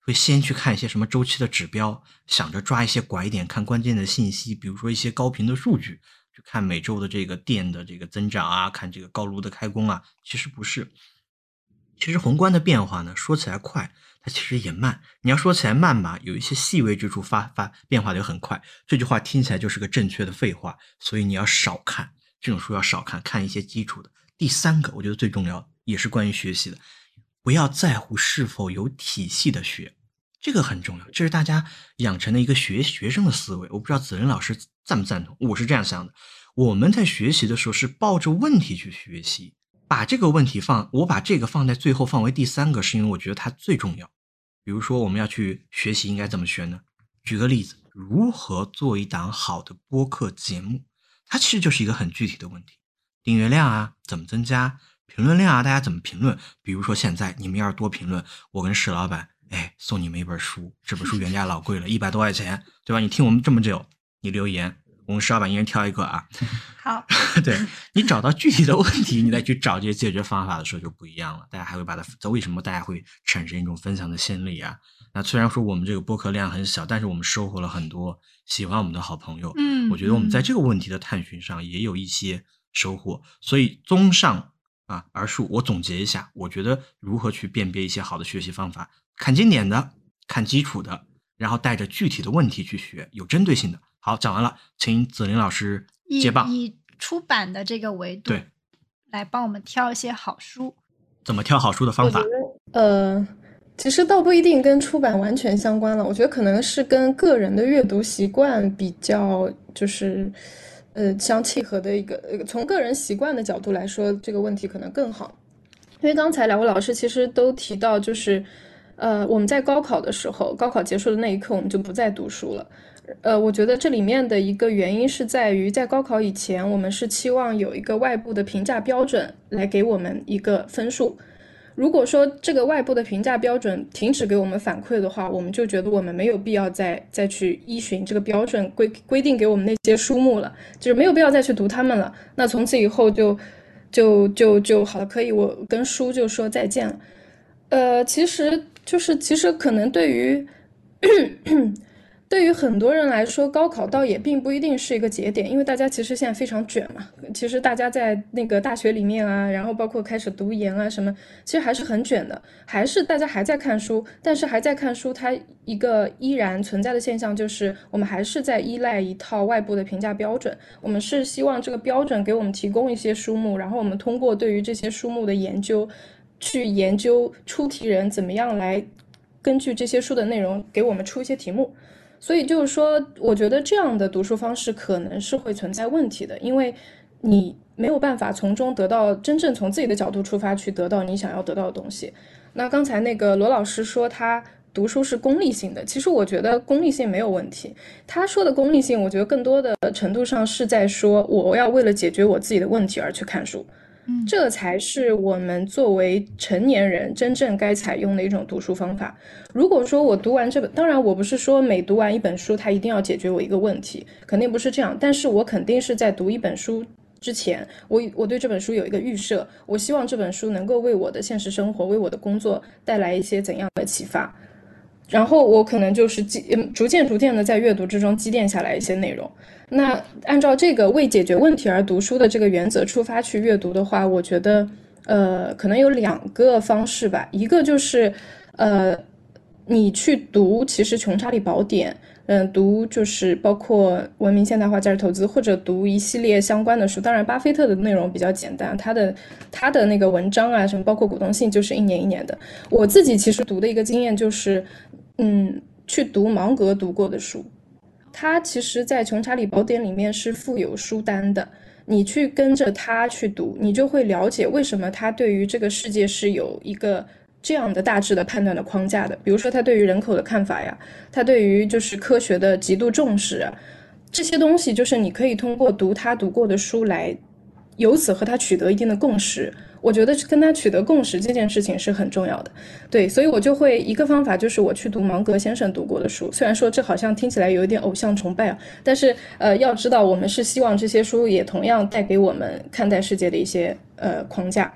会先去看一些什么周期的指标，想着抓一些拐点，看关键的信息，比如说一些高频的数据，去看每周的这个电的这个增长啊，看这个高炉的开工啊，其实不是。其实宏观的变化呢，说起来快，它其实也慢。你要说起来慢吧，有一些细微之处变化的很快。这句话听起来就是个正确的废话，所以你要少看这种书，要少看，看一些基础的。第三个，我觉得最重要，也是关于学习的，不要在乎是否有体系的学，这个很重要，这是大家养成的一个学生的思维。我不知道子仁老师赞不赞同，我是这样想的。我们在学习的时候是抱着问题去学习，把这个问题我把这个放在最后，放为第三个，是因为我觉得它最重要。比如说我们要去学习应该怎么学呢？举个例子，如何做一档好的播客节目，它其实就是一个很具体的问题。订阅量啊怎么增加，评论量啊大家怎么评论。比如说现在你们要是多评论，我跟石老板送你们一本书，这本书原价老贵了，100多块钱，对吧？你听我们这么久，你留言，我们石老板一人挑一个啊。 好， 对，你找到具体的问题，你再去找这些解决方法的时候就不一样了。大家还会把它，为什么大家会产生一种分享的心理啊？那虽然说我们这个播客量很小，但是我们收获了很多喜欢我们的好朋友。我觉得我们在这个问题的探寻上也有一些收获。所以综上而述，我总结一下，我觉得如何去辨别一些好的学习方法，看经典的，看基础的，然后带着具体的问题去学，有针对性的。好，讲完了，请子霖老师接棒。 以出版的这个维度， 对， 来帮我们挑一些好书。 怎么挑好书的方法？ 我觉得其实倒不一定跟出版完全相关了，我觉得可能是跟个人的阅读习惯比较就是相契合的一个，从个人习惯的角度来说，这个问题可能更好。因为刚才两位老师其实都提到，就是我们在高考的时候，高考结束的那一刻，我们就不再读书了。我觉得这里面的一个原因是在于，在高考以前，我们是期望有一个外部的评价标准来给我们一个分数。如果说这个外部的评价标准停止给我们反馈的话，我们就觉得我们没有必要再去依循这个标准规定给我们那些书目了，就是没有必要再去读它们了。那从此以后就好了，可以我跟书就说再见了。其实可能对于对于很多人来说，高考倒也并不一定是一个节点，因为大家其实现在非常卷嘛。其实大家在那个大学里面啊，然后包括开始读研啊什么，其实还是很卷的，还是大家还在看书。但是还在看书，它一个依然存在的现象就是，我们还是在依赖一套外部的评价标准。我们是希望这个标准给我们提供一些书目，然后我们通过对于这些书目的研究，去研究出题人怎么样来根据这些书的内容给我们出一些题目。所以就是说，我觉得这样的读书方式可能是会存在问题的，因为你没有办法从中得到真正从自己的角度出发去得到你想要得到的东西。那刚才那个罗老师说他读书是功利性的，其实我觉得功利性没有问题。他说的功利性，我觉得更多的程度上是在说我要为了解决我自己的问题而去看书。这才是我们作为成年人真正该采用的一种读书方法。如果说我读完这本，当然我不是说每读完一本书它一定要解决我一个问题，肯定不是这样，但是我肯定是在读一本书之前，我对这本书有一个预设，我希望这本书能够为我的现实生活，为我的工作带来一些怎样的启发，然后我可能就是逐渐的在阅读之中积淀下来一些内容。那按照这个为解决问题而读书的这个原则出发去阅读的话，我觉得可能有2个方式吧。一个就是你去读其实穷查理宝典，读就是包括文明现代化价值投资，或者读一系列相关的书。当然巴菲特的内容比较简单，他的那个文章啊什么包括股东信就是一年一年的。我自己其实读的一个经验就是去读芒格读过的书，他其实在穷查理宝典里面是附有书单的，你去跟着他去读，你就会了解为什么他对于这个世界是有一个这样的大致的判断的框架的。比如说他对于人口的看法呀，他对于就是科学的极度重视啊，这些东西就是你可以通过读他读过的书来由此和他取得一定的共识。我觉得跟他取得共识这件事情是很重要的。对，所以我就会一个方法就是我去读芒格先生读过的书，虽然说这好像听起来有一点偶像崇拜啊，但是要知道我们是希望这些书也同样带给我们看待世界的一些框架。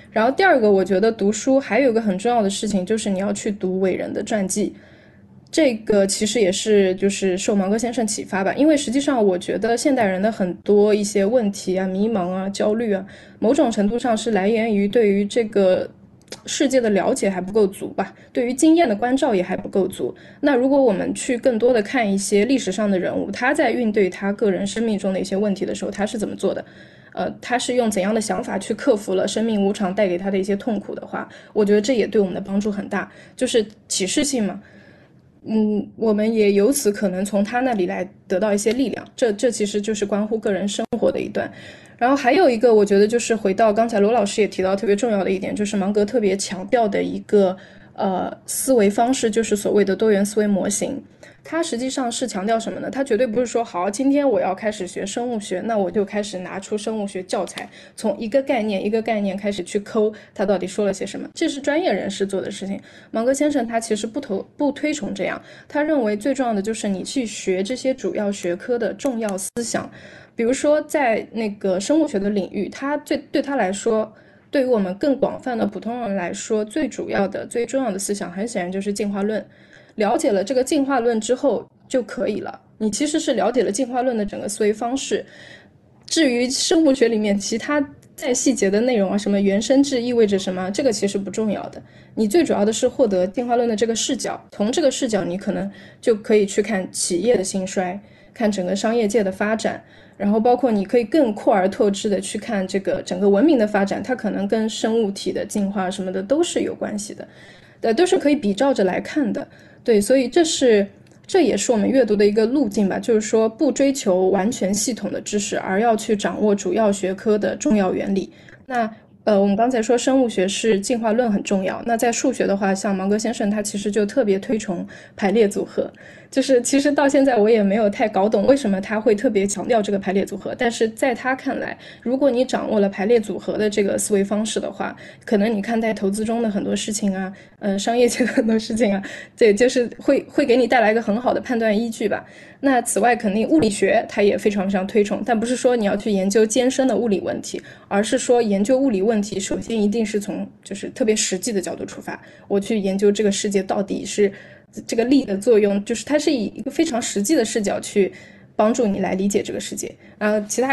然后第二个，我觉得读书还有一个很重要的事情，就是你要去读伟人的传记。这个其实也是就是受芒格先生启发吧，因为实际上我觉得现代人的很多一些问题啊、迷茫啊、焦虑啊，某种程度上是来源于对于这个世界的了解还不够足吧，对于经验的关照也还不够足。那如果我们去更多的看一些历史上的人物，他在应对他个人生命中的一些问题的时候，他是怎么做的？他是用怎样的想法去克服了生命无常带给他的一些痛苦的话，我觉得这也对我们的帮助很大，就是启示性嘛。我们也由此可能从他那里来得到一些力量，这其实就是关乎个人生活的一段。然后还有一个，我觉得就是回到刚才罗老师也提到特别重要的一点，就是芒格特别强调的一个思维方式，就是所谓的多元思维模型。它实际上是强调什么呢？它绝对不是说好，今天我要开始学生物学，那我就开始拿出生物学教材，从一个概念一个概念开始去抠它到底说了些什么。这是专业人士做的事情。芒格先生他其实不推崇这样，他认为最重要的就是你去学这些主要学科的重要思想。比如说在那个生物学的领域，对他来说，对于我们更广泛的普通人来说，最主要的最重要的思想很显然就是进化论。了解了这个进化论之后就可以了，你其实是了解了进化论的整个思维方式。至于生物学里面其他再细节的内容啊，什么原生质意味着什么，这个其实不重要的。你最主要的是获得进化论的这个视角，从这个视角你可能就可以去看企业的兴衰，看整个商业界的发展，然后包括你可以更扩而透之的去看这个整个文明的发展，它可能跟生物体的进化什么的都是有关系的，都是可以比照着来看的。对，所以这也是我们阅读的一个路径吧，就是说不追求完全系统的知识，而要去掌握主要学科的重要原理。那我们刚才说生物学是进化论很重要，那在数学的话，像芒格先生他其实就特别推崇排列组合，就是其实到现在我也没有太搞懂为什么他会特别强调这个排列组合，但是在他看来，如果你掌握了排列组合的这个思维方式的话，可能你看待投资中的很多事情啊，商业界的很多事情啊，对，就是会给你带来一个很好的判断依据吧。那此外，肯定物理学它也非常非常推崇，但不是说你要去研究艰深的物理问题，而是说研究物理问题，首先一定是从就是特别实际的角度出发，我去研究这个世界到底是这个力的作用，就是它是以一个非常实际的视角去帮助你来理解这个世界。然后其他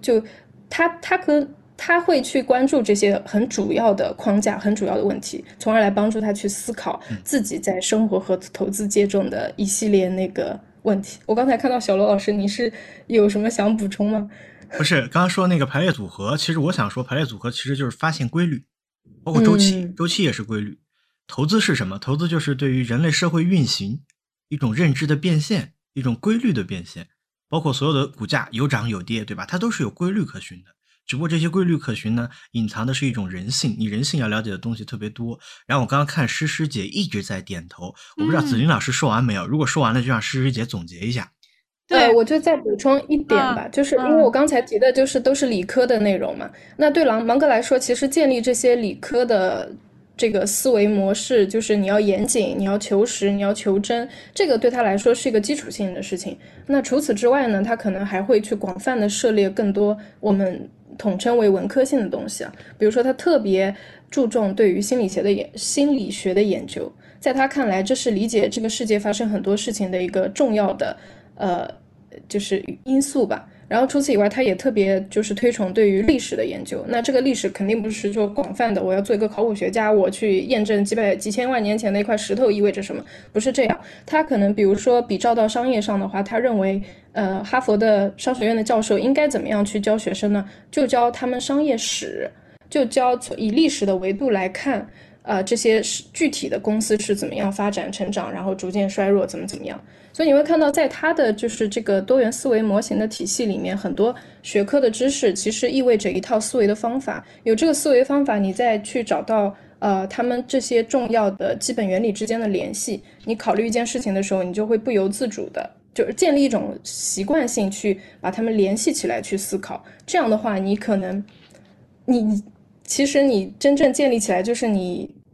他会去关注这些很主要的框架、很主要的问题，从而来帮助他去思考自己在生活和投资界中的一系列那个问题。我刚才看到小罗老师，你是有什么想补充吗？ 不是，刚刚说那个排列组合，其实我想说排列组合其实就是发现规律，包括周期，周期也是规律。投资是什么？投资就是对于人类社会运行一种认知的变现，一种规律的变现，包括所有的股价有涨有跌，对吧？它都是有规律可循的。只不过这些规律可循呢，隐藏的是一种人性，你人性要了解的东西特别多。然后我刚刚看诗诗姐一直在点头，我不知道子林老师说完没有，如果说完了就让诗诗姐总结一下。 对， 我就再补充一点吧，就是因为我刚才提的就是都是理科的内容嘛，那对芒格来说，其实建立这些理科的这个思维模式，就是你要严谨，你要求实，你要求真，这个对他来说是一个基础性的事情。那除此之外呢，他可能还会去广泛的涉猎更多我们统称为文科性的东西啊，比如说他特别注重对于心理学的研究，在他看来，这是理解这个世界发生很多事情的一个重要的就是因素吧。然后除此以外，他也特别就是推崇对于历史的研究。那这个历史肯定不是说广泛的，我要做一个考古学家，我去验证几千万年前的一块石头意味着什么，不是这样。他可能比如说比照到商业上的话，他认为哈佛的商学院的教授应该怎么样去教学生呢？就教他们商业史，就教以历史的维度来看这些具体的公司是怎么样发展成长，然后逐渐衰弱，怎么样。所以你会看到，在他的就是这个多元思维模型的体系里面，很多学科的知识其实意味着一套思维的方法。有这个思维方法，你再去找到他们这些重要的基本原理之间的联系，你考虑一件事情的时候，你就会不由自主的就是建立一种习惯性去把它们联系起来去思考。这样的话，你可能其实你真正建立起来，就是你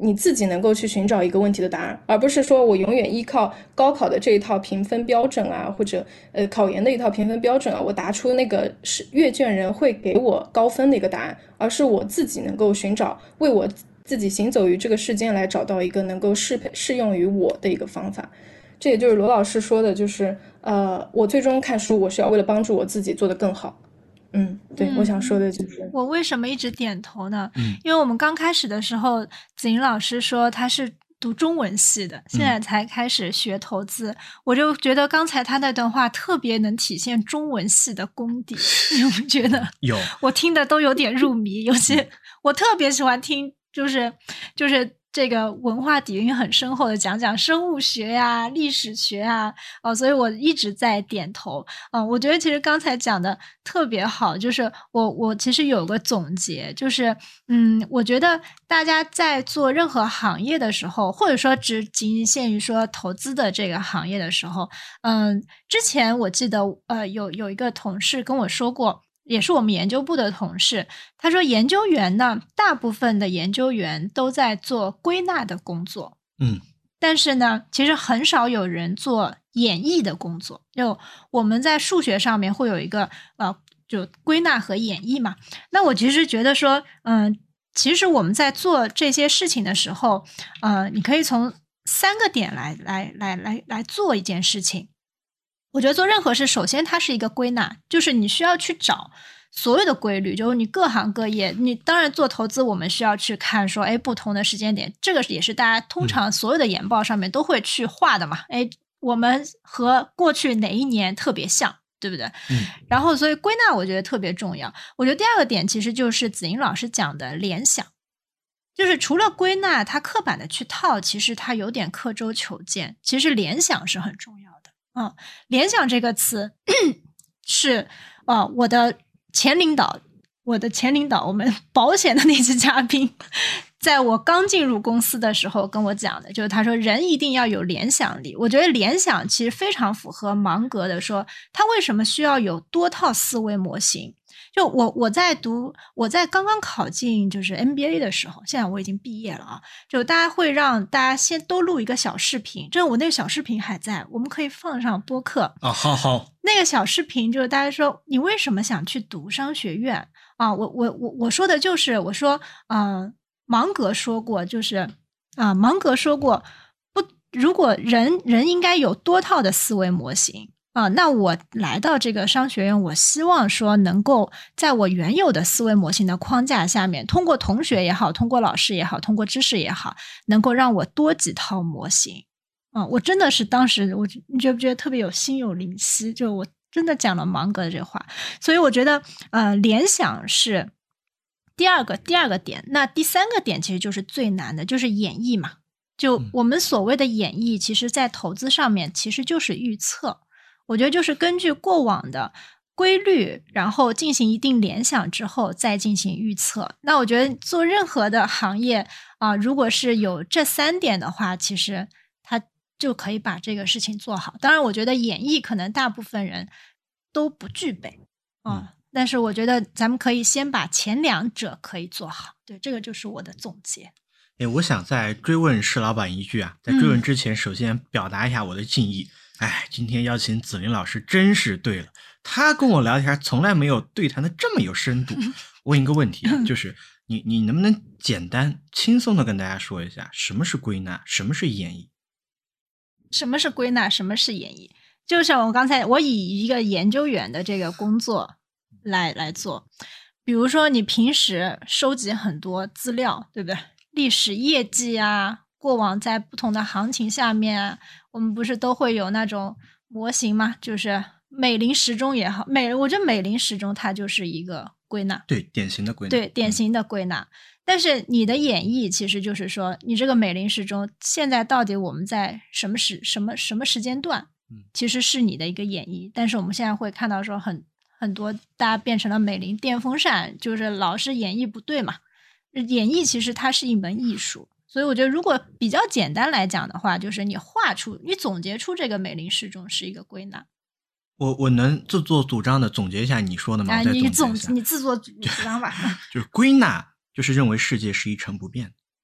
你自己能够去寻找一个问题的答案，而不是说我永远依靠高考的这一套评分标准啊，或者考研的一套评分标准啊，我答出那个是阅卷人会给我高分的一个答案，而是我自己能够寻找，为我自己行走于这个世间来找到一个能够适用于我的一个方法。这也就是罗老师说的，就是我最终看书，我是要为了帮助我自己做得更好。对，我想说的就是我为什么一直点头呢？因为我们刚开始的时候，子莹老师说他是读中文系的，现在才开始学投资，我就觉得刚才他那段话特别能体现中文系的功底，你有没有觉得？ 有， 我听的都有点入迷，尤其我特别喜欢听，就是这个文化底蕴很深厚的讲生物学呀、历史学啊，所以我一直在点头。我觉得其实刚才讲的特别好，就是我其实有个总结，就是我觉得大家在做任何行业的时候，或者说只仅限于说投资的这个行业的时候，之前我记得有一个同事跟我说过。也是我们研究部的同事，他说研究员呢，大部分的研究员都在做归纳的工作，但是呢，其实很少有人做演绎的工作。就我们在数学上面会有一个就归纳和演绎嘛。那我其实觉得说，其实我们在做这些事情的时候，你可以从3个点来做一件事情。我觉得做任何事，首先它是一个归纳，就是你需要去找所有的规律，就是你各行各业，你当然做投资，我们需要去看说，不同的时间点，这个也是大家通常所有的研报上面都会去画的嘛，我们和过去哪一年特别像，对不对？然后所以归纳我觉得特别重要。我觉得第二个点其实就是子莹老师讲的联想，就是除了归纳，它刻板的去套，其实它有点刻舟求剑，其实联想是很重要的。联想这个词是我的前领导，我们保险的那期嘉宾，在我刚进入公司的时候跟我讲的，就是他说人一定要有联想力。我觉得联想其实非常符合芒格的说，他为什么需要有多套思维模型。就我在刚刚考进就是 MBA 的时候，现在我已经毕业了啊，就大家会让大家先都录一个小视频，这我那个小视频还在，我们可以放上播客好， 那个小视频就是大家说你为什么想去读商学院啊？我说的就是我说芒格说过，就是芒格说过如果人应该有多套的思维模型。那我来到这个商学院，我希望说能够在我原有的思维模型的框架下面，通过同学也好，通过老师也好，通过知识也好，能够让我多几套模型。我真的是当时你觉不觉得特别有心有灵犀？就我真的讲了芒格的这话，所以我觉得联想是第二个点。那第3个点其实就是最难的，就是演绎嘛。就我们所谓的演绎，其实在投资上面其实就是预测。我觉得就是根据过往的规律，然后进行一定联想之后再进行预测。那我觉得做任何的行业如果是有这3点的话，其实它就可以把这个事情做好。当然我觉得演绎可能大部分人都不具备但是我觉得咱们可以先把前2者可以做好。对，这个就是我的总结。 我想再追问施老板一句在追问之前首先表达一下我的敬意。今天邀请子玲老师真是对了，他跟我聊天从来没有对谈的这么有深度。问一个问题就是你能不能简单轻松的跟大家说一下，什么是归纳，什么是演绎？ 什么是归纳，什么是演绎？就像我以一个研究员的这个工作来做，比如说你平时收集很多资料，对不对？历史业绩过往在不同的行情下面我们不是都会有那种模型吗？就是美林时钟也好，我觉得美林时钟它就是一个归纳， 对，典型的归纳， 对，典型的归纳。但是你的演绎其实就是说，你这个美林时钟现在到底我们在什么时间段，其实是你的一个演绎。但是我们现在会看到说很多大家变成了美林电风扇，就是老是演绎不对嘛。演绎其实它是一门艺术。所以我觉得如果比较简单来讲的话，就是你总结出这个美林时钟是一个归纳。 我能自作主张的总结一下你说的吗？ 你自作主张吧。 就是归纳就是认为世界是一成不变的，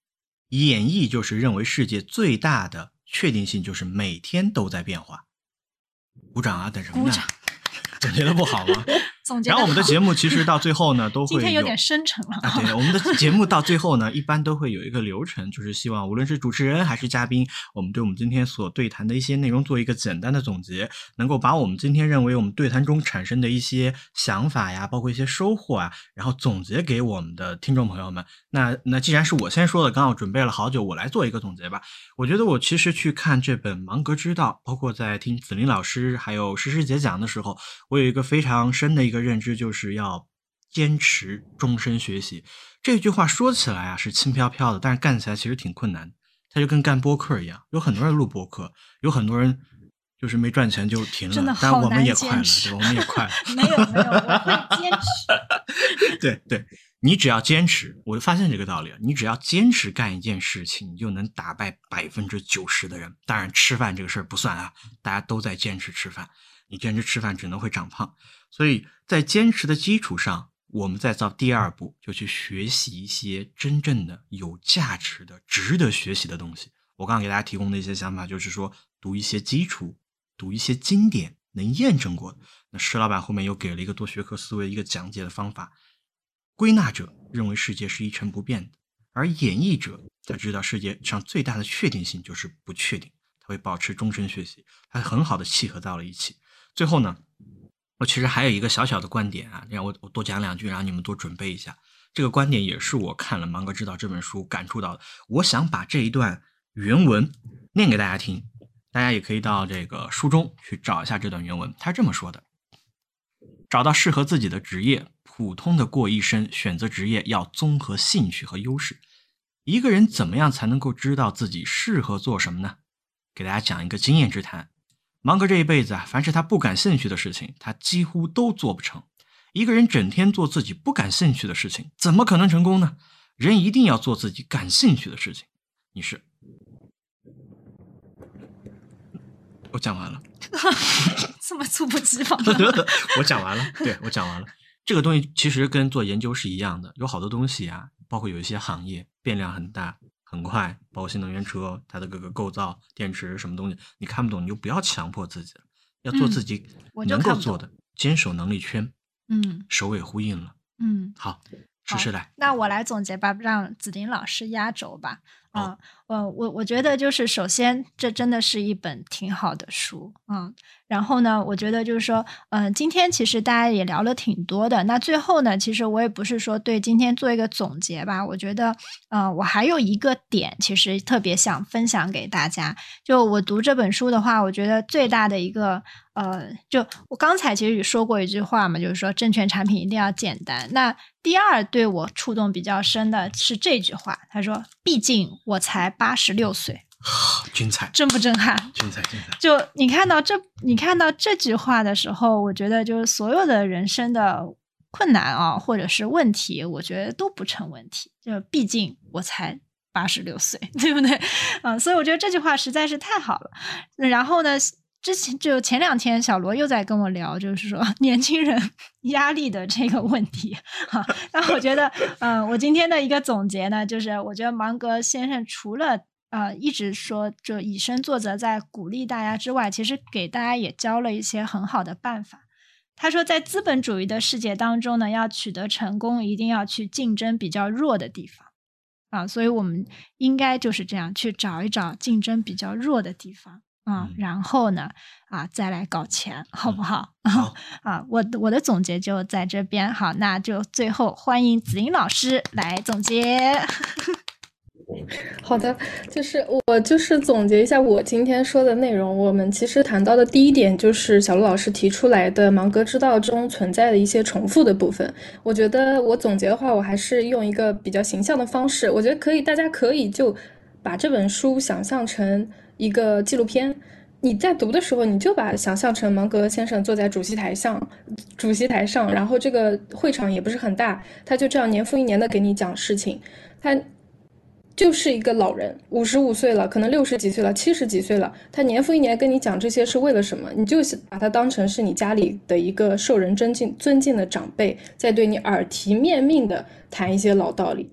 演绎就是认为世界最大的确定性就是每天都在变化。鼓掌啊，等什么呢？ 鼓掌。 总结的不好吗？ 总结。 然后我们的节目其实到最后呢，都会今天有点深沉了。 对，我们的节目到最后呢，一般都会有一个流程，就是希望无论是主持人还是嘉宾，我们对我们今天所对谈的一些内容做一个简单的总结，能够把我们今天认为我们对谈中产生的一些想法呀，包括一些收获啊，然后总结给我们的听众朋友们。那既然是我先说的，刚好准备了好久，我来做一个总结吧。我觉得我其实去看这本《芒格之道》，包括在听子林老师还有诗诗姐讲的时候，我有一个非常深的一个认知，就是要坚持终身学习。这句话说起来啊是轻飘飘的，但是干起来其实挺困难的。它就跟干播客一样，有很多人录播客，有很多人就是没赚钱就停了，但我们也快了，对，我们也快了。 没有，我会坚持。 对，你只要坚持，我就发现这个道理了。你只要坚持干一件事情，你就能打败90%的人。当然，吃饭这个事儿不算啊，大家都在坚持吃饭。你坚持吃饭只能会长胖，所以在坚持的基础上，我们再造第二步，就去学习一些真正的有价值的值得学习的东西。我刚刚给大家提供的一些想法就是说，读一些基础，读一些经典能验证过的。那施老板后面又给了一个多学科思维一个讲解的方法。归纳者认为世界是一成不变的，而演绎者他知道世界上最大的确定性就是不确定，他会保持终身学习，他很好的契合到了一起。最后呢，我其实还有一个小小的观点啊，让我多讲两句，让你们多准备一下。这个观点也是我看了《芒格之道》这本书感触到的。我想把这一段原文念给大家听，大家也可以到这个书中去找一下这段原文。他这么说的：找到适合自己的职业，普通的过一生，选择职业要综合兴趣和优势。一个人怎么样才能够知道自己适合做什么呢？给大家讲一个经验之谈。芒格这一辈子啊，凡是他不感兴趣的事情，他几乎都做不成。一个人整天做自己不感兴趣的事情，怎么可能成功呢？人一定要做自己感兴趣的事情。我讲完了。 这么猝不及防我讲完了，对，我讲完了。这个东西其实跟做研究是一样的，有好多东西啊，包括有一些行业变量很大很快，包括新能源车它的各个构造电池什么东西你看不懂，你就不要强迫自己了，要做自己能够做的，坚守能力圈，首尾呼应了。好，诗诗来。 那我来总结吧，让子林老师压轴吧。我觉得就是首先这真的是一本挺好的书然后呢我觉得就是说今天其实大家也聊了挺多的，那最后呢其实我也不是说对今天做一个总结吧，我觉得我还有一个点其实特别想分享给大家。就我读这本书的话，我觉得最大的一个就我刚才其实也说过一句话嘛，就是说证券产品一定要简单。那第二对我触动比较深的是这句话，他说毕竟我才86岁。 精彩， 震不震撼？ 精彩。 就你看到这句话的时候，我觉得就是所有的人生的困难啊，或者是问题，我觉得都不成问题。就毕竟我才86岁，对不对？所以我觉得这句话实在是太好了。然后呢，前2天小罗又在跟我聊，就是说年轻人压力的这个问题那我觉得我今天的一个总结呢，就是我觉得芒格先生除了一直说就以身作则在鼓励大家之外，其实给大家也教了一些很好的办法。他说在资本主义的世界当中呢，要取得成功一定要去竞争比较弱的地方所以我们应该就是这样去找一找竞争比较弱的地方然后呢再来搞钱，好不好？我的总结就在这边。好，那就最后欢迎子林老师来总结。 好的，我总结一下我今天说的内容。我们其实谈到的第一点就是小陆老师提出来的芒格之道中存在的一些重复的部分。我觉得我总结的话，我还是用一个比较形象的方式，我觉得大家可以就把这本书想象成一个纪录片。你在读的时候，你就把想象成芒格先生坐在主席台上，然后这个会场也不是很大，他就这样年复一年的给你讲事情。他就是一个老人，55岁了，可能60几岁了，70几岁了，他年复一年跟你讲这些是为了什么？你就把他当成是你家里的一个受人尊敬的长辈，在对你耳提面命的谈一些老道理。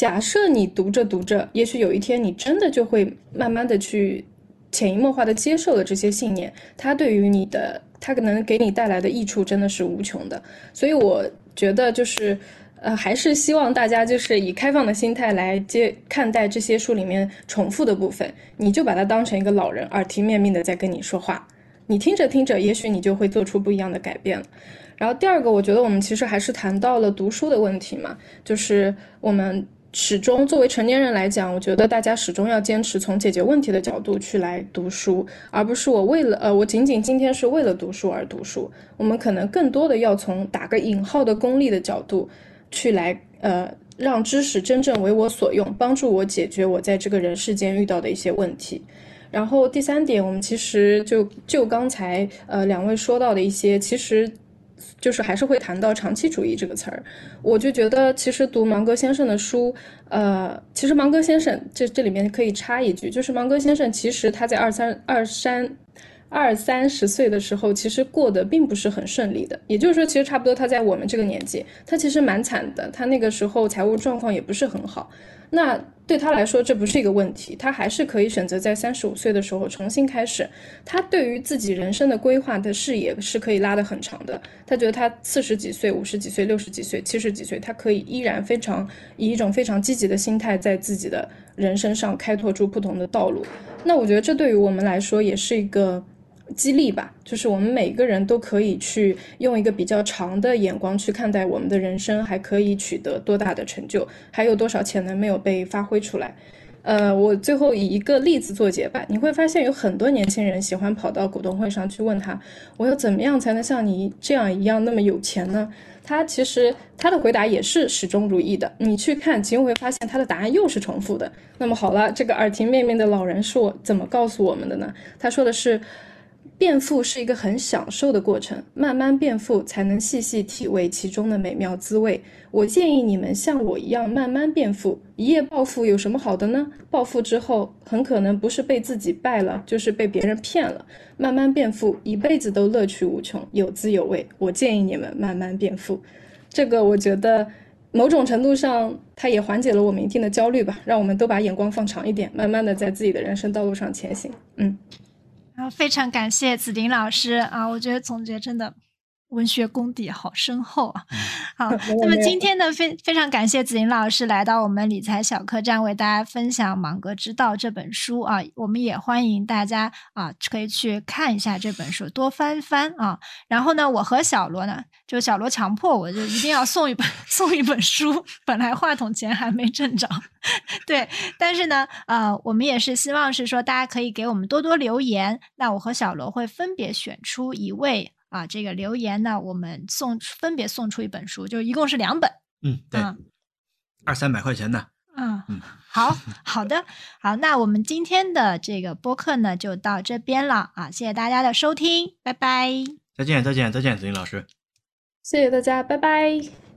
假设你读着读着，也许有一天你真的就会慢慢的去潜移默化的接受了这些信念，它对于你的，它可能给你带来的益处真的是无穷的。所以我觉得就是还是希望大家就是以开放的心态来看待这些书里面重复的部分，你就把它当成一个老人耳提面命的在跟你说话，你听着听着，也许你就会做出不一样的改变了。然后第二个，我觉得我们其实还是谈到了读书的问题嘛，就是我们始终作为成年人来讲，我觉得大家始终要坚持从解决问题的角度去来读书，而不是我仅仅今天是为了读书而读书。我们可能更多的要从打个引号的功利的角度去来让知识真正为我所用，帮助我解决我在这个人世间遇到的一些问题。然后第三点，我们其实就刚才两位说到的一些，其实就是还是会谈到长期主义这个词儿。我就觉得其实读芒格先生的书，其实芒格先生这里面可以插一句，就是芒格先生其实他在二三十岁的时候，其实过得并不是很顺利的。也就是说，其实差不多他在我们这个年纪，他其实蛮惨的，他那个时候财务状况也不是很好。那对他来说这不是一个问题，他还是可以选择在35岁的时候重新开始。他对于自己人生的规划的视野是可以拉得很长的，他觉得他40几岁、50几岁、60几岁、70几岁，他可以依然以一种非常积极的心态在自己的人生上开拓出不同的道路。那我觉得这对于我们来说也是一个激励吧，就是我们每个人都可以去用一个比较长的眼光去看待我们的人生，还可以取得多大的成就，还有多少潜能没有被发挥出来。我最后以一个例子做结吧，你会发现有很多年轻人喜欢跑到股东会上去问他，我要怎么样才能像你这样一样那么有钱呢？他其实他的回答也是始终如一的，你去看其实会发现他的答案又是重复的。那么好了，这个耳提面命的老人是我怎么告诉我们的呢？他说的是，变富是一个很享受的过程，慢慢变富才能细细体味其中的美妙滋味。我建议你们像我一样慢慢变富，一夜暴富有什么好的呢？暴富之后很可能不是被自己败了，就是被别人骗了。慢慢变富，一辈子都乐趣无穷，有滋有味。我建议你们慢慢变富。这个我觉得某种程度上它也缓解了我们一定的焦虑吧，让我们都把眼光放长一点，慢慢的在自己的人生道路上前行。 非常感谢子鼎老师啊，我觉得总结真的文学功底好深厚啊。好，那么今天呢非常感谢子鼎老师来到我们理财小客栈，为大家分享《芒格之道》这本书啊。我们也欢迎大家啊可以去看一下这本书，多翻翻啊。然后呢，我和小罗呢，就小罗强迫我就一定要送一本书，本来话筒钱还没挣着。对，但是呢我们也是希望是说大家可以给我们多多留言，那我和小罗会分别选出一位这个留言呢，我们分别送出一本书，就一共是2本。 对，200-300块钱的。 好的，好，那我们今天的这个播客呢就到这边了啊，谢谢大家的收听，拜拜。 再见，子鼎老师。 谢谢大家，拜拜。